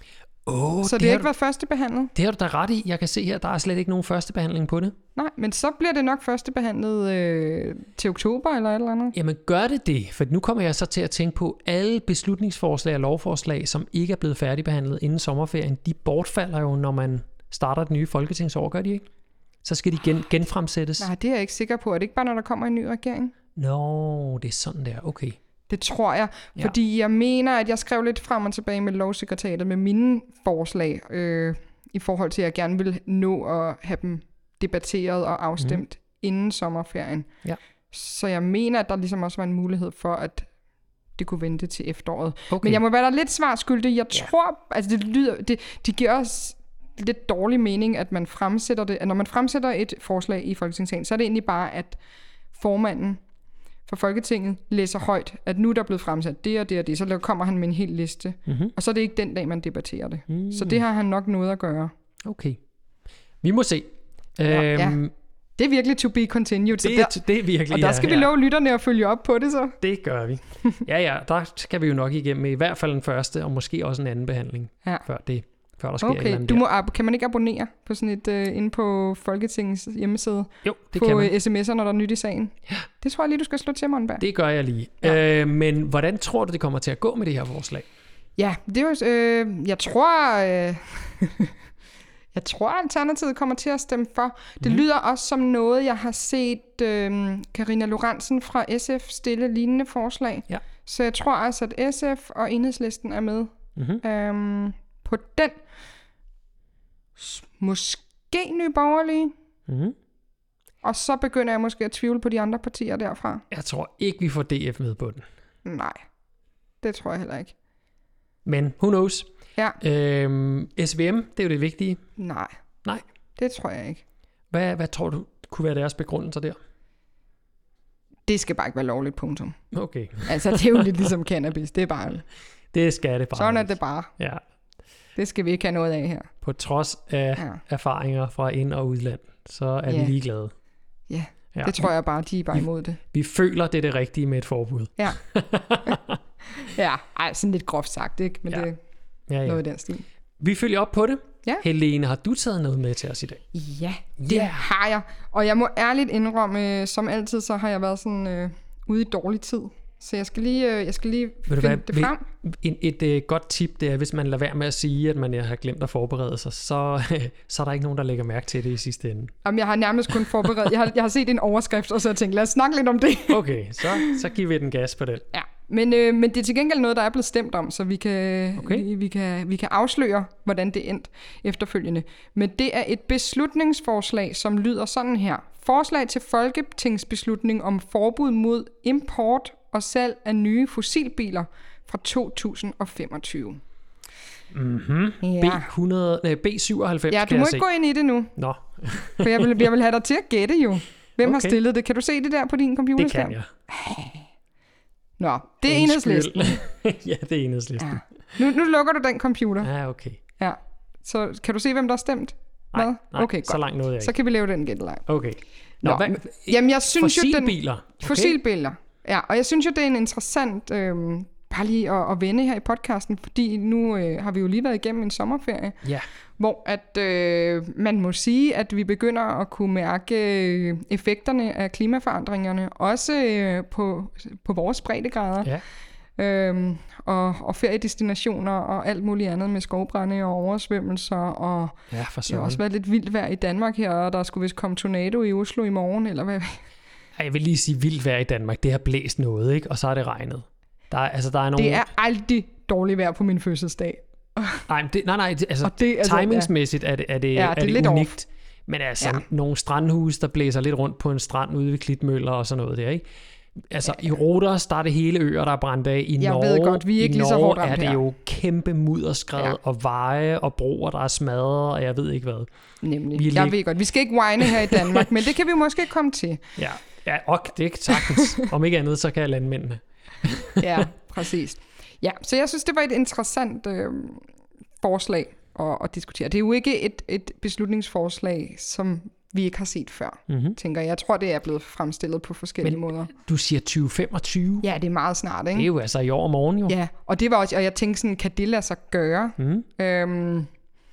[SPEAKER 2] Oh,
[SPEAKER 3] så det, det har ikke været førstebehandlet?
[SPEAKER 2] Det har du da ret i. Jeg kan se her, der er slet ikke nogen førstebehandling på det.
[SPEAKER 3] Nej, men så bliver det nok førstebehandlet øh, til oktober eller et eller andet.
[SPEAKER 2] Jamen gør det det, for nu kommer jeg så til at tænke på, alle beslutningsforslag og lovforslag, som ikke er blevet færdigbehandlet inden sommerferien, de bortfalder jo, når man starter det nye folketingsår, gør de ikke? Så skal de gen- genfremsættes.
[SPEAKER 3] Nej, det er jeg ikke sikker på. Er det ikke bare, når der kommer en ny regering?
[SPEAKER 2] Nå, det er sådan der, okay.
[SPEAKER 3] Det tror jeg, ja. Fordi jeg mener, at jeg skrev lidt frem og tilbage med lovsekretariatet med mine forslag, øh, i forhold til, at jeg gerne vil nå at have dem debatteret og afstemt mm. inden sommerferien.
[SPEAKER 2] Ja.
[SPEAKER 3] Så jeg mener, at der ligesom også var en mulighed for, at det kunne vente til efteråret.
[SPEAKER 2] Okay.
[SPEAKER 3] Men jeg må være der lidt svar skyldig. Jeg tror, ja. altså det lyder, det, de giver os lidt dårlig mening, at man fremsætter det. At når man fremsætter et forslag i Folketingssalen, så er det egentlig bare, at formanden for Folketinget læser højt, at nu er der blevet fremsat det og det og det, så kommer han med en hel liste. Mm-hmm. Og så er det ikke den dag, man debatterer det. Mm. Så det har han nok noget at gøre.
[SPEAKER 2] Okay. Vi må se.
[SPEAKER 3] Ja,
[SPEAKER 2] øhm,
[SPEAKER 3] ja. Det er virkelig to be continued.
[SPEAKER 2] Det,
[SPEAKER 3] så
[SPEAKER 2] der, det er virkelig,
[SPEAKER 3] og der skal
[SPEAKER 2] ja,
[SPEAKER 3] vi
[SPEAKER 2] ja.
[SPEAKER 3] love lytterne at følge op på det så.
[SPEAKER 2] Det gør vi. Ja, ja, der skal vi jo nok igennem i hvert fald en første, og måske også en anden behandling, ja. før, det, før der sker
[SPEAKER 3] okay.
[SPEAKER 2] et eller andet
[SPEAKER 3] du må,
[SPEAKER 2] der.
[SPEAKER 3] Kan man ikke abonnere på sådan et, uh, inde på Folketingets hjemmeside?
[SPEAKER 2] Jo, det
[SPEAKER 3] på
[SPEAKER 2] kan man.
[SPEAKER 3] På sms'er, når der er nyt i sagen? Ja. Det tror jeg lige, du skal slå til, Monberg.
[SPEAKER 2] Det gør jeg lige. Ja. Øh, men hvordan tror du, det kommer til at gå med det her forslag?
[SPEAKER 3] Ja, det er jo... Øh, jeg tror... Øh, Jeg tror, Alternativet kommer til at stemme for. Det mm. lyder også som noget, jeg har set øh, Karina Lorentzen fra S F stille lignende forslag. Ja. Så jeg tror altså, at S F og Enhedslisten er med mm-hmm. øhm, på den. Måske Nye Borgerlige. Mm-hmm. Og så begynder jeg måske at tvivle på de andre partier derfra.
[SPEAKER 2] Jeg tror ikke, vi får D F med på den.
[SPEAKER 3] Nej, det tror jeg heller ikke.
[SPEAKER 2] Men who knows?
[SPEAKER 3] Ja.
[SPEAKER 2] Øhm, S V M, det er jo det vigtige.
[SPEAKER 3] Nej.
[SPEAKER 2] Nej.
[SPEAKER 3] Det tror jeg ikke.
[SPEAKER 2] Hvad, hvad tror du kunne være deres begrundelser der?
[SPEAKER 3] Det skal bare ikke være lovligt, punktum.
[SPEAKER 2] Okay.
[SPEAKER 3] Altså, det er jo lidt ligesom cannabis. Det er bare...
[SPEAKER 2] Det skal det bare.
[SPEAKER 3] Sådan er det bare.
[SPEAKER 2] Ja.
[SPEAKER 3] Det skal vi ikke have noget af her.
[SPEAKER 2] På trods af ja. erfaringer fra ind- og udland, så er
[SPEAKER 3] ja.
[SPEAKER 2] vi ligeglade.
[SPEAKER 3] Ja. ja, det tror jeg bare, de er bare imod det.
[SPEAKER 2] Vi føler, det er det rigtige med et forbud.
[SPEAKER 3] Ja. Ja, ej, sådan lidt groft sagt, ikke? Men ja. det er ja, ja. noget i den stil.
[SPEAKER 2] Vi følger op på det.
[SPEAKER 3] Ja.
[SPEAKER 2] Helene, har du taget noget med til os i dag?
[SPEAKER 3] Ja, det yeah. har jeg. Og jeg må ærligt indrømme, som altid, så har jeg været sådan øh, ude i dårlig tid. Så jeg skal lige, øh, jeg skal lige finde hvad, det frem.
[SPEAKER 2] Et, et, et godt tip, det er, hvis man lader være med at sige, at man har glemt at forberede sig, så, så er der ikke nogen, der lægger mærke til det i sidste ende.
[SPEAKER 3] Jamen, jeg har nærmest kun forberedt. Jeg har, jeg har set en overskrift, og så har jeg tænkt, lad os snakke lidt om det.
[SPEAKER 2] Okay, så, så giver vi den gas på den.
[SPEAKER 3] Ja, men, øh, men det er til gengæld noget, der er blevet stemt om, så vi kan, okay. vi, vi, kan, vi kan afsløre, hvordan det endte efterfølgende. Men det er et beslutningsforslag, som lyder sådan her. Forslag til folketingsbeslutning om forbud mod import og salg af nye fossilbiler fra to tusind femogtyve.
[SPEAKER 2] Mhm. Ja. B hundrede, nej, B syvoghalvfems.
[SPEAKER 3] Ja, du må ikke gå ind i det nu.
[SPEAKER 2] Nå.
[SPEAKER 3] For jeg vil, jeg vil have dig til at gætte jo. Hvem okay. har stillet det? Kan du se det der på din computer?
[SPEAKER 2] Det kan jeg.
[SPEAKER 3] Nå, det er Enhedslisten.
[SPEAKER 2] Ja, det er Enhedslisten.
[SPEAKER 3] Ja. Nu, nu lukker du den computer.
[SPEAKER 2] Ja, okay.
[SPEAKER 3] Ja. Så kan du se, hvem der har stemt?
[SPEAKER 2] Nej, nej
[SPEAKER 3] okay, godt.
[SPEAKER 2] Så langt nåede jeg ikke.
[SPEAKER 3] Så kan vi lave den gætteleg.
[SPEAKER 2] Okay. Nå,
[SPEAKER 3] Nå,
[SPEAKER 2] hvad,
[SPEAKER 3] jamen, jeg synes
[SPEAKER 2] fossilbiler.
[SPEAKER 3] Jo, den, fossilbiler. Okay. Ja, og jeg synes jo, det er en interessant, øh, bare lige at, at vende her i podcasten, fordi nu øh, har vi jo lige været igennem en sommerferie,
[SPEAKER 2] ja.
[SPEAKER 3] hvor at øh, man må sige, at vi begynder at kunne mærke øh, effekterne af klimaforandringerne, også øh, på, på vores breddegrader. Ja. Øhm, og, og feriedestinationer og alt muligt andet med skovbrænde og oversvømmelser, og
[SPEAKER 2] ja, for
[SPEAKER 3] det har også været lidt vildt vejr i Danmark her, og der skulle vist komme tornado i Oslo i morgen, eller hvad?
[SPEAKER 2] Jeg vil lige sige vildt vejr i Danmark. Det har blæst noget, ikke? Og så er det regnet. Der er, altså, der er nogle...
[SPEAKER 3] Det er aldrig dårligt vejr på min fødselsdag.
[SPEAKER 2] Nej, det, nej, nej. Det, altså,
[SPEAKER 3] det, altså,
[SPEAKER 2] timingsmæssigt er det, er det,
[SPEAKER 3] ja,
[SPEAKER 2] er
[SPEAKER 3] det,
[SPEAKER 2] det
[SPEAKER 3] lidt
[SPEAKER 2] unikt.
[SPEAKER 3] Off.
[SPEAKER 2] Men altså, ja. nogle strandhus, der blæser lidt rundt på en strand ude ved Klitmøller og sådan noget der, ikke? Altså, ja. i Rhodos, der er det hele øer, der er brændt af. I
[SPEAKER 3] jeg
[SPEAKER 2] Norge,
[SPEAKER 3] ved godt, vi er ikke
[SPEAKER 2] i
[SPEAKER 3] lige så hårdt
[SPEAKER 2] Norge er det
[SPEAKER 3] her.
[SPEAKER 2] jo kæmpe mudderskred ja. og veje og broer, der er smadret, og jeg ved ikke hvad.
[SPEAKER 3] Nemlig. Vi jeg lig... ved godt, vi skal ikke whine her i Danmark, men det kan vi måske komme til.
[SPEAKER 2] Ja, ja og det er sagtens. Om ikke andet, så kan jeg landmændene.
[SPEAKER 3] Ja, præcis. Ja, så jeg synes, det var et interessant øh, forslag at, at diskutere. Det er jo ikke et, et beslutningsforslag, som vi ikke har set før, mm-hmm. tænker jeg. Jeg tror, det er blevet fremstillet på forskellige
[SPEAKER 2] Men,
[SPEAKER 3] måder.
[SPEAKER 2] Du siger tyve femogtyve?
[SPEAKER 3] Ja, det er meget snart, ikke?
[SPEAKER 2] Det er jo altså i år og morgen jo.
[SPEAKER 3] Ja, og det var også, og jeg tænkte sådan, kan det lade sig gøre? Mm. Øhm,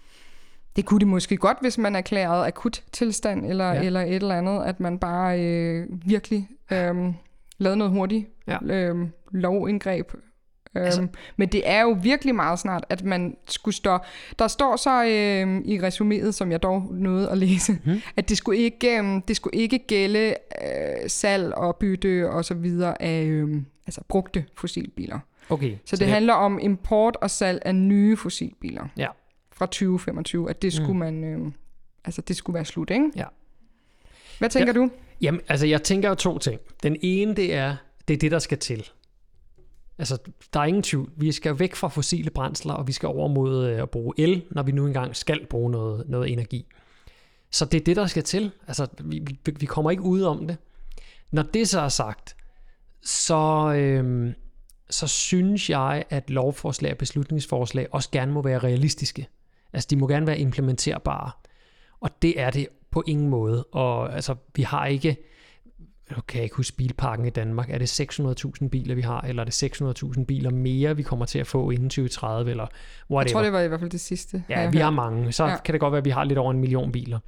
[SPEAKER 3] det kunne det måske godt, hvis man erklærede akut tilstand, eller, ja. eller et eller andet, at man bare øh, virkelig øh, lavede noget hurtigt ja. øh, lovindgreb. Altså. Øhm, men det er jo virkelig meget snart, at man skulle stå... Der står så øh, i resuméet, som jeg dog nåede at læse, mm. at det skulle ikke, øh, det skulle ikke gælde øh, salg og bytte og så videre af øh, altså brugte fossilbiler.
[SPEAKER 2] Okay.
[SPEAKER 3] Så, så det, det handler om import og salg af nye fossilbiler
[SPEAKER 2] ja.
[SPEAKER 3] fra tyve femogtyve, at det skulle mm. man... Øh, altså det skulle være slut, ikke?
[SPEAKER 2] Ja.
[SPEAKER 3] Hvad tænker ja. du?
[SPEAKER 2] Jamen, altså jeg tænker jo to ting. Den ene, det er, det er det, der skal til. Altså, der er ingen tvivl. Vi skal væk fra fossile brændsler, og vi skal over mod at bruge el, når vi nu engang skal bruge noget, noget energi. Så det er det, der skal til. Altså, vi, vi, vi kommer ikke ud om det. Når det så er sagt, så, øhm, så synes jeg, at lovforslag og beslutningsforslag også gerne må være realistiske. Altså, de må gerne være implementerbare. Og det er det på ingen måde. Og altså, vi har ikke... Nu kan jeg ikke huske bilparken i Danmark. Er det seks hundrede tusind biler, vi har, eller er det seks hundrede tusind biler mere, vi kommer til at få inden tyve tredive, eller whatever?
[SPEAKER 3] Jeg tror, det var i hvert fald det sidste.
[SPEAKER 2] Ja, vi hørt. har mange. Så ja. kan det godt være, at vi har lidt over en million biler.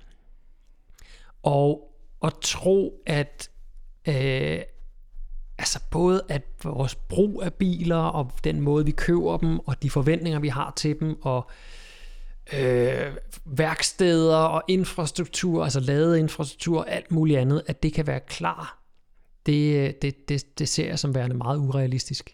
[SPEAKER 2] Og at tro, at øh, altså både at vores brug af biler, og den måde, vi køber dem, og de forventninger, vi har til dem, og Øh, værksteder og infrastruktur, altså lavet infrastruktur og alt muligt andet, at det kan være klar, det, det, det, det ser jeg som værende meget urealistisk.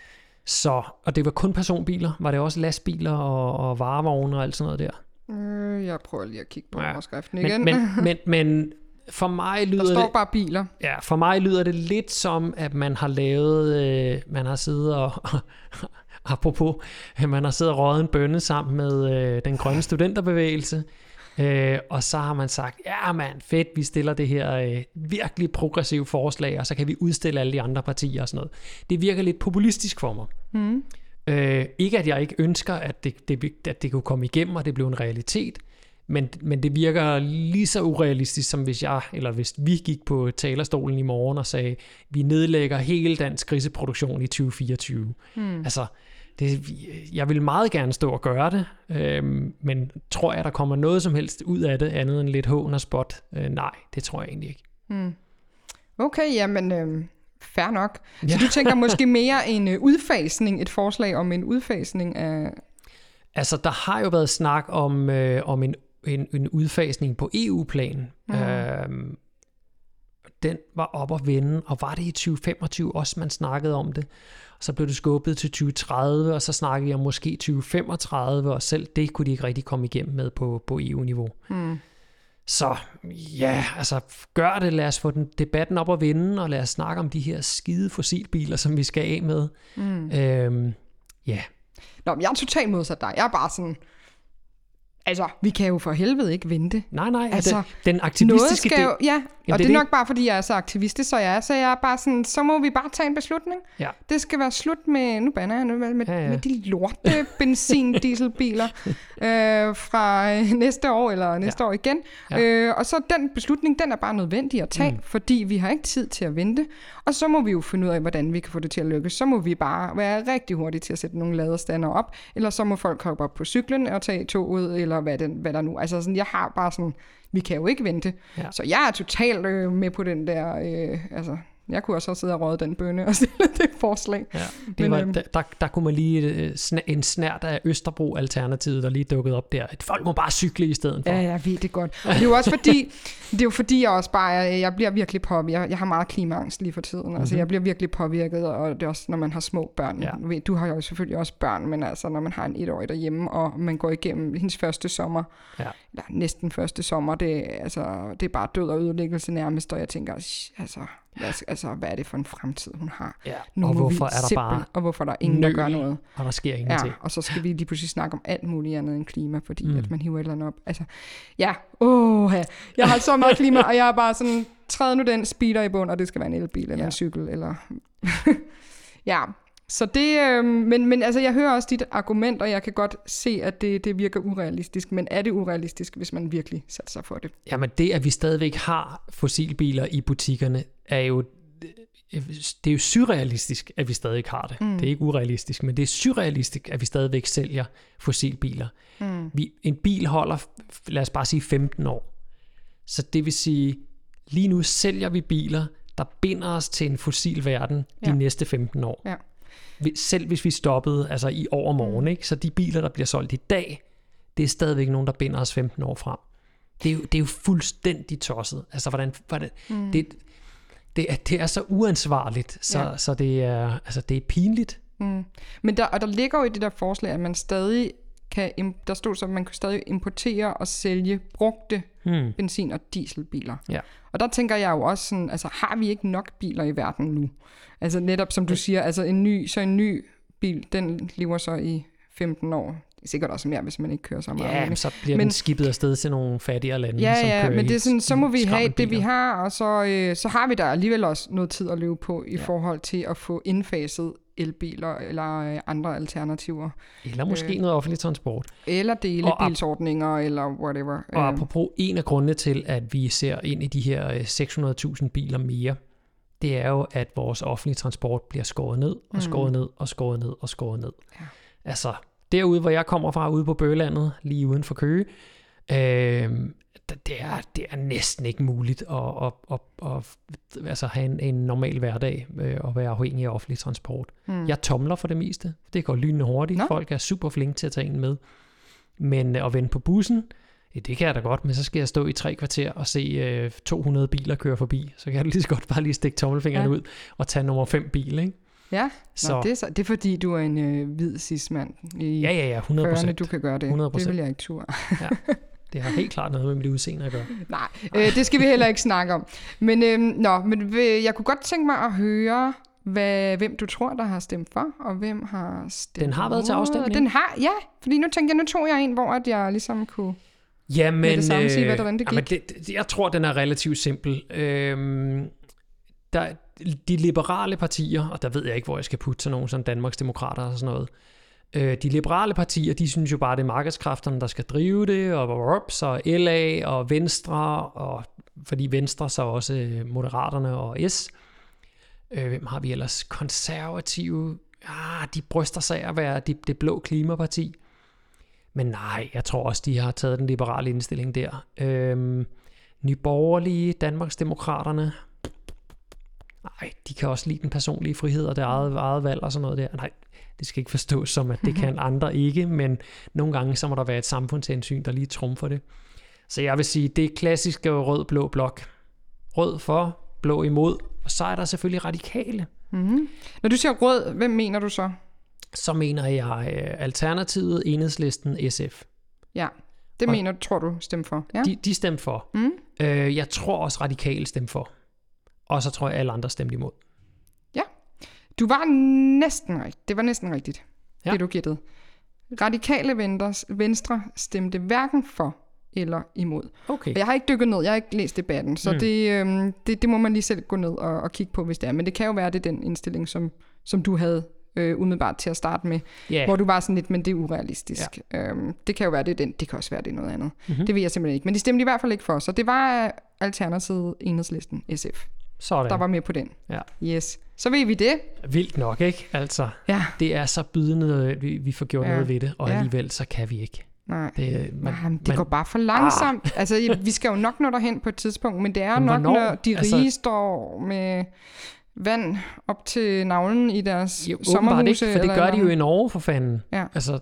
[SPEAKER 2] Så, og det var kun personbiler, var det også lastbiler og, og varevogne og alt sådan noget der?
[SPEAKER 3] Øh, jeg prøver lige at kigge på
[SPEAKER 2] ja.
[SPEAKER 3] overskriften
[SPEAKER 2] men,
[SPEAKER 3] igen.
[SPEAKER 2] Men, men, men for mig lyder
[SPEAKER 3] der står
[SPEAKER 2] det,
[SPEAKER 3] bare biler.
[SPEAKER 2] Ja, for mig lyder det lidt som, at man har lavet, øh, man har siddet og apropos, man har siddet og røget en bønne sammen med øh, den grønne studenterbevægelse, øh, og så har man sagt, ja man, fedt, vi stiller det her øh, virkelig progressive forslag, og så kan vi udstille alle de andre partier og sådan noget. Det virker lidt populistisk for mig. Mm. Øh, ikke at jeg ikke ønsker, at det, det, at det kunne komme igennem, og det blev en realitet, men, men det virker lige så urealistisk, som hvis jeg, eller hvis vi gik på talerstolen i morgen og sagde, vi nedlægger hele dansk griseproduktion i tyve fireogtyve. Mm. Altså, det, jeg vil meget gerne stå og gøre det, øhm, men tror jeg, der kommer noget som helst ud af det, andet end lidt hån og spot? Øh, nej, det tror jeg egentlig ikke.
[SPEAKER 3] Mm. Okay, jamen øh, fair nok. Ja. Så du tænker måske mere en øh, udfasning, et forslag om en udfasning af... Altså,
[SPEAKER 2] der har jo været snak om, øh, om en, en, en udfasning på E U-plan. Mm. Øhm, den var op at vende, og var det i tyve femogtyve også, man snakkede om det? Så blev det skubbet til tyve tredive, og så snakkede jeg måske tyve femogtredive, og selv det kunne de ikke rigtig komme igennem med på, på E U-niveau. Mm. Så ja, altså gør det, lad os få den debatten op at vende, og lad os snakke om de her skide fossilbiler, som vi skal af med. Mm. Øhm, ja.
[SPEAKER 3] Nå, men jeg er totalt modsat dig. Jeg er bare sådan... Altså, vi kan jo for helvede ikke vente.
[SPEAKER 2] Nej, nej,
[SPEAKER 3] altså,
[SPEAKER 2] den, den aktivistiske
[SPEAKER 3] del... Jo, ja, og
[SPEAKER 2] det,
[SPEAKER 3] det er nok bare, fordi jeg er så aktivistisk, så jeg er, så jeg er bare sådan, så må vi bare tage en beslutning.
[SPEAKER 2] Ja.
[SPEAKER 3] Det skal være slut med, nu bander jeg nu, med, ja, ja. med de lorte benzin-dieselbiler øh, fra næste år, eller næste ja. år igen. Ja. Øh, og så den beslutning, den er bare nødvendig at tage, mm. fordi vi har ikke tid til at vente. Og så må vi jo finde ud af, hvordan vi kan få det til at lykkes. Så må vi bare være rigtig hurtige til at sætte nogle ladestander op, eller så må folk hoppe op på cyklen og tage toget, eller hvad, den, hvad der nu. Altså sådan, jeg har bare sådan, vi kan jo ikke vente. Ja. Så jeg er totalt øh, med på den der, øh, altså, jeg kunne også sidde og røde den bønne og stille det forslag. Ja,
[SPEAKER 2] det Men, var, øhm, der, der, der kunne man lige en snært af Østerbro-alternativet, der lige dukkede op der. Folk må bare cykle i stedet for.
[SPEAKER 3] Ja, jeg ved det godt. Og det er jo også fordi, det er jo fordi jeg også bare, jeg, jeg bliver virkelig påvirket. Jeg, jeg har meget klimaangst lige for tiden. Mm-hmm. Altså jeg bliver virkelig påvirket, og det er også, når man har små børn. Ja. Du har jo selvfølgelig også børn, men altså når man har en etårig derhjemme, og man går igennem hendes første sommer, ja. eller næsten første sommer, det, altså, det er bare død og ødelæggelse nærmest, og jeg tænker, altså... Altså, hvad er det for en fremtid, hun har?
[SPEAKER 2] Ja, nu og hvorfor er der simpel, bare
[SPEAKER 3] og hvorfor der er ingen,
[SPEAKER 2] nøl,
[SPEAKER 3] der gør noget?
[SPEAKER 2] Og der sker ingenting.
[SPEAKER 3] Ja, og så skal vi lige pludselig snakke om alt muligt andet end klima, fordi mm. at man hiver et eller andet op. Altså, ja, åh, ja. Jeg har så meget klima, og jeg er bare sådan, træd nu den speeder i bund, og det skal være en elbil, eller ja. en cykel, eller... ja, så det... Øh, men, men altså, jeg hører også dit argument, og jeg kan godt se, at det, det virker urealistisk, men er det urealistisk, hvis man virkelig sætter sig for det?
[SPEAKER 2] Jamen det, at vi stadigvæk har fossilbiler i butikkerne, er jo... Det er jo surrealistisk, at vi stadig har det. Mm. Det er ikke urealistisk, men det er surrealistisk, at vi stadigvæk sælger fossilbiler. Mm. Vi, en bil holder, lad os bare sige, femten år. Så det vil sige, lige nu sælger vi biler, der binder os til en fossil verden ja. de næste femten år. Ja. Selv hvis vi stoppede altså i overmorgen, ikke? Så de biler, der bliver solgt i dag, det er stadigvæk nogen, der binder os femten år frem. Det er jo, det er jo fuldstændig tosset. Altså, hvordan... hvordan mm. det, Det er, det er så uansvarligt, så, ja. så det, er, altså det er pinligt.
[SPEAKER 3] Mm. Men der, og der ligger jo i det der forslag, at man stadig kan, der stod så, at man kan stadig importere og sælge brugte hmm. benzin- og dieselbiler.
[SPEAKER 2] Ja.
[SPEAKER 3] Og der tænker jeg jo også sådan, altså har vi ikke nok biler i verden nu? Altså netop som du siger, altså en ny, så en ny bil, den lever så i femten år. Det er sikkert også mere, hvis man ikke kører så meget.
[SPEAKER 2] Ja, men så bliver men, den skibet afsted til nogle fattigere lande,
[SPEAKER 3] ja,
[SPEAKER 2] som
[SPEAKER 3] ja,
[SPEAKER 2] kører
[SPEAKER 3] men det er sådan, så må vi have det, vi
[SPEAKER 2] biler.
[SPEAKER 3] har, og så, øh, så har vi der alligevel også noget tid at leve på i ja. forhold til at få indfaset elbiler eller øh, andre alternativer.
[SPEAKER 2] Eller måske øh, noget offentlig transport.
[SPEAKER 3] Eller delebilsordninger, eller whatever.
[SPEAKER 2] Og apropos en af grundene til, at vi ser ind i de her seks hundrede tusind biler mere, det er jo, at vores offentlige transport bliver skåret ned, og skåret mm. ned, og skåret ned, og skåret ned. Ja. Altså, derude, hvor jeg kommer fra, ude på Bøgelandet, lige uden for Køge, øh, det, er, det er næsten ikke muligt at, at, at, at, at altså have en, en normal hverdag øh, og være afhængig af offentlig transport. Mm. Jeg tomler for det meste. Det går lynende hurtigt. Nå. Folk er super flinke til at tage en med. Men at vende på bussen, det kan jeg da godt, men så skal jeg stå i tre kvarter og se øh, to hundrede biler køre forbi. Så kan jeg lige så godt bare lige stikke tommelfingeren ja. ud og tage nummer fem bil, ikke?
[SPEAKER 3] Ja, så. Nå, det, er så, det er fordi, du er en øh, hvid cis-mand i
[SPEAKER 2] ja, ja, ja, hundrede procent.
[SPEAKER 3] fyrrerne, du kan gøre det. hundrede procent. Det vil jeg ikke turde.
[SPEAKER 2] Ja, det har helt klart noget med mit udseende at gøre.
[SPEAKER 3] Nej, øh, det skal vi heller ikke snakke om. Men, øh, nå, men jeg kunne godt tænke mig at høre, hvad, hvem du tror, der har stemt for, og hvem har stemt
[SPEAKER 2] Den har været til afstemning?
[SPEAKER 3] Den har, ja. Fordi nu tænker jeg, nu tog jeg en, hvor at jeg ligesom kunne...
[SPEAKER 2] Jamen,
[SPEAKER 3] det samme sige, hvad der, det gik.
[SPEAKER 2] Jamen, det, det, jeg tror, den er relativt simpel. Øhm, der, de liberale partier, og der ved jeg ikke, hvor jeg skal putte sådan nogen som Danmarksdemokrater og sådan noget. Øh, de liberale partier, de synes jo bare, det er markedskræfterne, der skal drive det, og så L A og Venstre, og fordi Venstre så også Moderaterne og S. Øh, hvem har vi ellers? Konservative. Ah, de bryster sig af at være det, det blå klimaparti. Men nej, jeg tror også, de har taget den liberale indstilling der. Øhm, Nye Borgerlige, Danmarksdemokraterne. Nej, de kan også lide den personlige frihed og det eget, eget valg og sådan noget der. Nej, det skal ikke forstås som, at det kan andre ikke, men nogle gange så må der være et samfundshensyn, der lige trumfer det. Så jeg vil sige, det er klassisk rød-blå blok. Rød for, blå imod, og så er der selvfølgelig radikale.
[SPEAKER 3] Mm-hmm. Når du siger rød, hvem mener du så?
[SPEAKER 2] Så mener jeg uh, Alternativet, Enhedslisten, S F.
[SPEAKER 3] Ja, det og mener tror du stemte for. Ja.
[SPEAKER 2] De, de stemte for. Mm. Uh, jeg tror også radikale stemte for. Og så tror jeg, alle andre stemte imod.
[SPEAKER 3] Ja, du var næsten rigtigt. Det var næsten rigtigt, ja. Det du gættede. Radikale Venstre stemte hverken for eller imod.
[SPEAKER 2] Okay.
[SPEAKER 3] Jeg har ikke dykket ned, jeg har ikke læst debatten, så mm. det, øhm, det, det må man lige selv gå ned og, og kigge på, hvis det er. Men det kan jo være, det er den indstilling, som, som du havde øh, umiddelbart til at starte med, yeah. hvor du var sådan lidt, men det er urealistisk. Ja. Øhm, det kan jo være, det er den. Det kan også være, det er noget andet. Mm-hmm. Det ved jeg simpelthen ikke. Men de stemte i hvert fald ikke for, så det var Alternativet, Enhedslisten, S F.
[SPEAKER 2] Sådan.
[SPEAKER 3] Der var med på den.
[SPEAKER 2] Ja.
[SPEAKER 3] Yes. Så ved vi det.
[SPEAKER 2] Vildt nok, ikke? Altså,
[SPEAKER 3] ja.
[SPEAKER 2] Det er så bydende, vi, vi får gjort ja. noget ved det, og ja. alligevel så kan vi ikke.
[SPEAKER 3] Nej,
[SPEAKER 2] det, man,
[SPEAKER 3] Jamen, det
[SPEAKER 2] man,
[SPEAKER 3] går bare for langsomt. Ah. Altså, vi skal jo nok nå derhen på et tidspunkt, men det er men nok, hvornår? Når de rige altså, står med vand op til navlen i deres jo, sommerhuse.
[SPEAKER 2] Ikke, for det gør eller de jo i Norge, for fanden.
[SPEAKER 3] Ja.
[SPEAKER 2] Altså,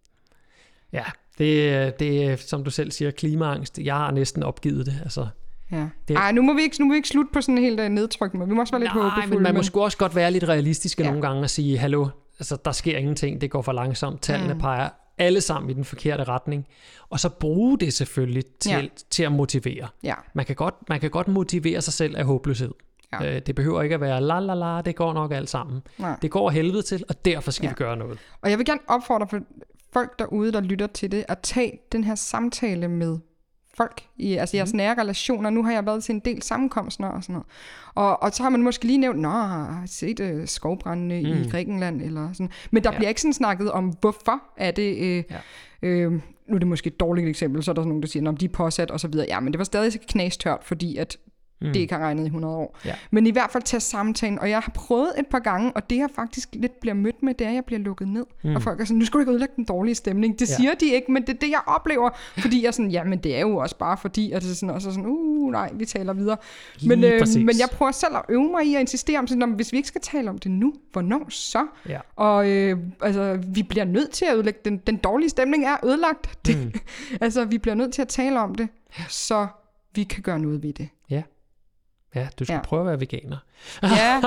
[SPEAKER 2] ja, det, det er, som du selv siger, klimaangst. Jeg har næsten opgivet det, altså.
[SPEAKER 3] Ja. Det... Ej, nu må, vi ikke, nu må vi ikke slutte på sådan en helt nedtryk, men vi må også være lidt håbefulde.
[SPEAKER 2] Nej, men man men... må sgu også godt være lidt realistiske ja. nogle gange og sige, hallo, altså, der sker ingenting, det går for langsomt, tallene mm. peger alle sammen i den forkerte retning, og så bruge det selvfølgelig til, ja. til at motivere.
[SPEAKER 3] Ja.
[SPEAKER 2] Man kan godt, man kan godt motivere sig selv af håbløshed. Ja. Det behøver ikke at være la la la, det går nok alt sammen. Nej. Det går helvede til, og derfor skal ja. vi gøre noget.
[SPEAKER 3] Og jeg vil gerne opfordre for folk derude, der lytter til det, at tage den her samtale med folk, i, altså jeres mm. nære relationer. Nu har jeg været til en del sammenkomster og sådan noget. Og, og så har man måske lige nævnt, nå, har jeg set uh, skovbrændene mm. i Grækenland, eller sådan. Men der ja. bliver ikke sådan snakket om, hvorfor er det, øh, ja. øh, nu er det måske et dårligt eksempel, så er der sådan nogen, der siger, at de er påsat og så videre. Ja, men det var stadig knastørt, fordi at mm. det ikke har regnet i hundrede år. Ja. Men i hvert fald tage samtalen, og jeg har prøvet et par gange, og det jeg faktisk lidt bliver mødt med, det er, at jeg bliver lukket ned. Mm. Og folk er sådan, nu skal du ikke ødelægge den dårlige stemning. Det ja. siger de ikke, men det er det, jeg oplever. Fordi jeg er sådan, ja, men det er jo også bare fordi, at det er sådan, og så sådan, uh, nej, vi taler videre. Men, øh, men jeg prøver selv at øve mig i at insistere om, sådan, hvis vi ikke skal tale om det nu, hvornår så?
[SPEAKER 2] Ja.
[SPEAKER 3] Og øh, altså, vi bliver nødt til at ødelægge den, den dårlige stemning er ødelagt. Det, mm. altså, vi bliver nødt til at tale om det, så vi kan gøre noget ved det.
[SPEAKER 2] Ja. Ja, du skal
[SPEAKER 3] Ja.
[SPEAKER 2] prøve at være veganer.
[SPEAKER 3] Ja.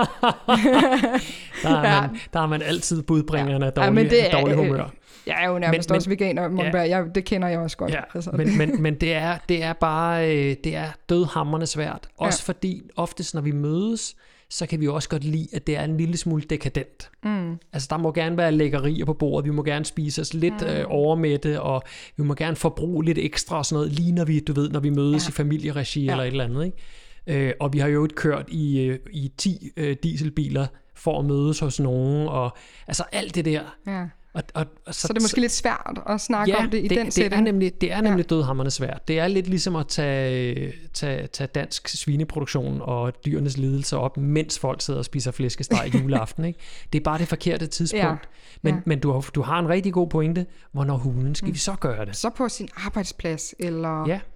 [SPEAKER 2] Der er,
[SPEAKER 3] Ja.
[SPEAKER 2] man, der er man altid budbringeren af
[SPEAKER 3] Ja,
[SPEAKER 2] dårlig,
[SPEAKER 3] men det er-
[SPEAKER 2] dårlig humør.
[SPEAKER 3] Jeg er jo nærmest
[SPEAKER 2] Men-
[SPEAKER 3] også veganer, Monberg. Jeg, det kender jeg også godt.
[SPEAKER 2] Ja,
[SPEAKER 3] Altså.
[SPEAKER 2] men, men, men det, er, det er bare øh, det er dødhamrende svært. Også
[SPEAKER 3] Ja.
[SPEAKER 2] fordi oftest, når vi mødes, så kan vi jo også godt lide, at det er en lille smule dekadent.
[SPEAKER 3] Mm.
[SPEAKER 2] Altså, der må gerne være lækkerier på bordet. Vi må gerne spise os lidt
[SPEAKER 3] Mm.
[SPEAKER 2] øh, overmætte, og vi må gerne forbruge lidt ekstra og sådan noget, lige når vi, du ved, når vi mødes
[SPEAKER 3] Ja.
[SPEAKER 2] i familieregi
[SPEAKER 3] Ja.
[SPEAKER 2] eller et eller andet, ikke? Øh, og vi har jo ikke kørt i, øh, i ti øh, dieselbiler for at mødes hos nogen, og altså alt det der.
[SPEAKER 3] Ja.
[SPEAKER 2] Og, og, og
[SPEAKER 3] Så det er måske lidt svært at snakke
[SPEAKER 2] ja,
[SPEAKER 3] om det i
[SPEAKER 2] det,
[SPEAKER 3] den
[SPEAKER 2] det
[SPEAKER 3] setting.
[SPEAKER 2] er nemlig, det er nemlig
[SPEAKER 3] Ja.
[SPEAKER 2] dødhamrende svært. Det er lidt ligesom at tage, tage, tage dansk svineproduktion og dyrenes lidelser op, mens folk sidder og spiser flæskesteg juleaften. Ikke? Det er bare det forkerte tidspunkt.
[SPEAKER 3] Ja.
[SPEAKER 2] Men,
[SPEAKER 3] Ja.
[SPEAKER 2] men du, har, du har en rigtig god pointe. Hvornår hulen skal mm. vi så gøre det?
[SPEAKER 3] Så på sin arbejdsplads, eller...
[SPEAKER 2] Ja,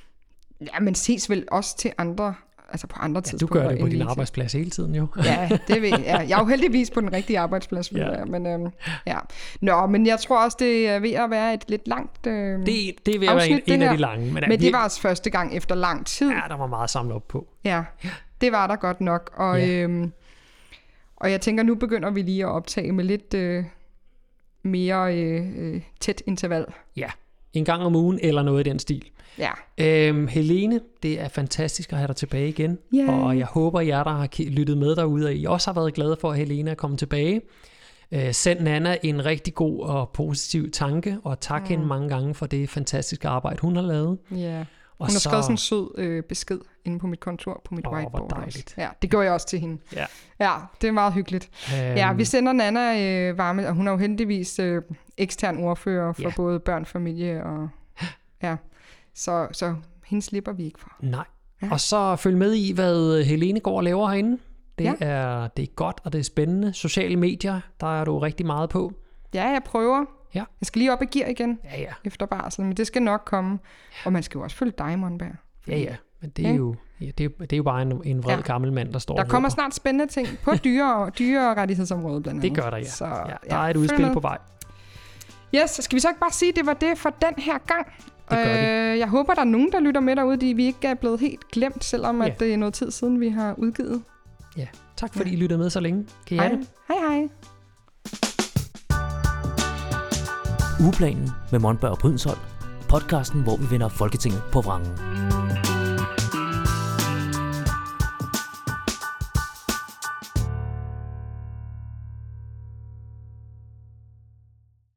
[SPEAKER 3] Ja, men ses vel også til andre, altså på andre
[SPEAKER 2] ja du
[SPEAKER 3] tidspunkter.
[SPEAKER 2] gør det på
[SPEAKER 3] end
[SPEAKER 2] din
[SPEAKER 3] lige til-
[SPEAKER 2] arbejdsplads hele tiden jo.
[SPEAKER 3] Ja, det ved jeg. Jeg er jo heldigvis på den rigtige arbejdsplads,
[SPEAKER 2] Ja.
[SPEAKER 3] ja. men øhm, ja. Nå, men jeg tror også, det er ved at være et lidt langt øhm,
[SPEAKER 2] Det, det er ved at være en,
[SPEAKER 3] afsnit, det
[SPEAKER 2] en af
[SPEAKER 3] her.
[SPEAKER 2] de lange. Men,
[SPEAKER 3] Men det var også første gang efter lang tid.
[SPEAKER 2] Ja, der var meget samlet op på.
[SPEAKER 3] Ja, det var der godt nok. Og,
[SPEAKER 2] Ja.
[SPEAKER 3] øhm, og jeg tænker, nu begynder vi lige at optage med lidt øh, mere øh, øh, tæt interval.
[SPEAKER 2] Ja, en gang om ugen eller noget i den stil.
[SPEAKER 3] Ja,
[SPEAKER 2] Øhm, Helene, det er fantastisk at have dig tilbage igen,
[SPEAKER 3] Yay.
[SPEAKER 2] og jeg håber, jer, der har ki- lyttet med derude, at I også har været glade for, at Helene er kommet tilbage. Øh, send Nana en rigtig god og positiv tanke, og tak mm. hende mange gange for det fantastiske arbejde, hun har lavet.
[SPEAKER 3] ja.
[SPEAKER 2] Og
[SPEAKER 3] Hun har
[SPEAKER 2] så-
[SPEAKER 3] skrevet sådan en sød øh, besked inde på mit kontor, på mit
[SPEAKER 2] Åh, hvor
[SPEAKER 3] whiteboard også.
[SPEAKER 2] dejligt.
[SPEAKER 3] Ja, det gjorde jeg også til hende.
[SPEAKER 2] Ja.
[SPEAKER 3] Ja, det er meget hyggeligt.
[SPEAKER 2] Øhm,
[SPEAKER 3] Ja, vi sender Nana øh, varme, og hun er jo heldigvis øh, ekstern ordfører for
[SPEAKER 2] Ja.
[SPEAKER 3] både børn, familie og... Ja, så, så hende slipper vi ikke for.
[SPEAKER 2] Nej.
[SPEAKER 3] Ja.
[SPEAKER 2] Og så følg med i, hvad Helene går og laver herinde. Det,
[SPEAKER 3] Ja.
[SPEAKER 2] er, det er godt, og det er spændende. Sociale medier, der er du rigtig meget på.
[SPEAKER 3] Ja, jeg prøver.
[SPEAKER 2] Ja.
[SPEAKER 3] Jeg skal lige op i gear igen
[SPEAKER 2] Ja, ja.
[SPEAKER 3] efter barsel, men det skal nok komme. Og man skal jo også følge dig, Monberg.
[SPEAKER 2] Ja, ja. Men det er,
[SPEAKER 3] Ja.
[SPEAKER 2] jo, ja, det er, det er jo bare en, en vred
[SPEAKER 3] Ja.
[SPEAKER 2] ja. gammel mand, der står
[SPEAKER 3] Der
[SPEAKER 2] og
[SPEAKER 3] kommer
[SPEAKER 2] råber.
[SPEAKER 3] snart spændende ting på dyre, dyrerettighedsområdet blandt andet.
[SPEAKER 2] Det gør der, ja.
[SPEAKER 3] Så,
[SPEAKER 2] ja der er et udspil
[SPEAKER 3] følg med.
[SPEAKER 2] på vej.
[SPEAKER 3] Yes, skal vi så ikke bare sige, at det var det for den her gang?
[SPEAKER 2] Det gør vi.
[SPEAKER 3] øh, Jeg håber, der er nogen, der lytter med derude, de vi ikke er blevet helt glemt, selvom
[SPEAKER 2] Ja.
[SPEAKER 3] at det er noget tid siden, vi har udgivet.
[SPEAKER 2] Ja. Tak fordi I lyttede med så længe. Kan I
[SPEAKER 3] Hej,
[SPEAKER 2] have det?
[SPEAKER 3] hej. hej.
[SPEAKER 1] Ugeplanen med Monberg og Brydensholt. Podcasten, hvor vi vender Folketinget på vrangen.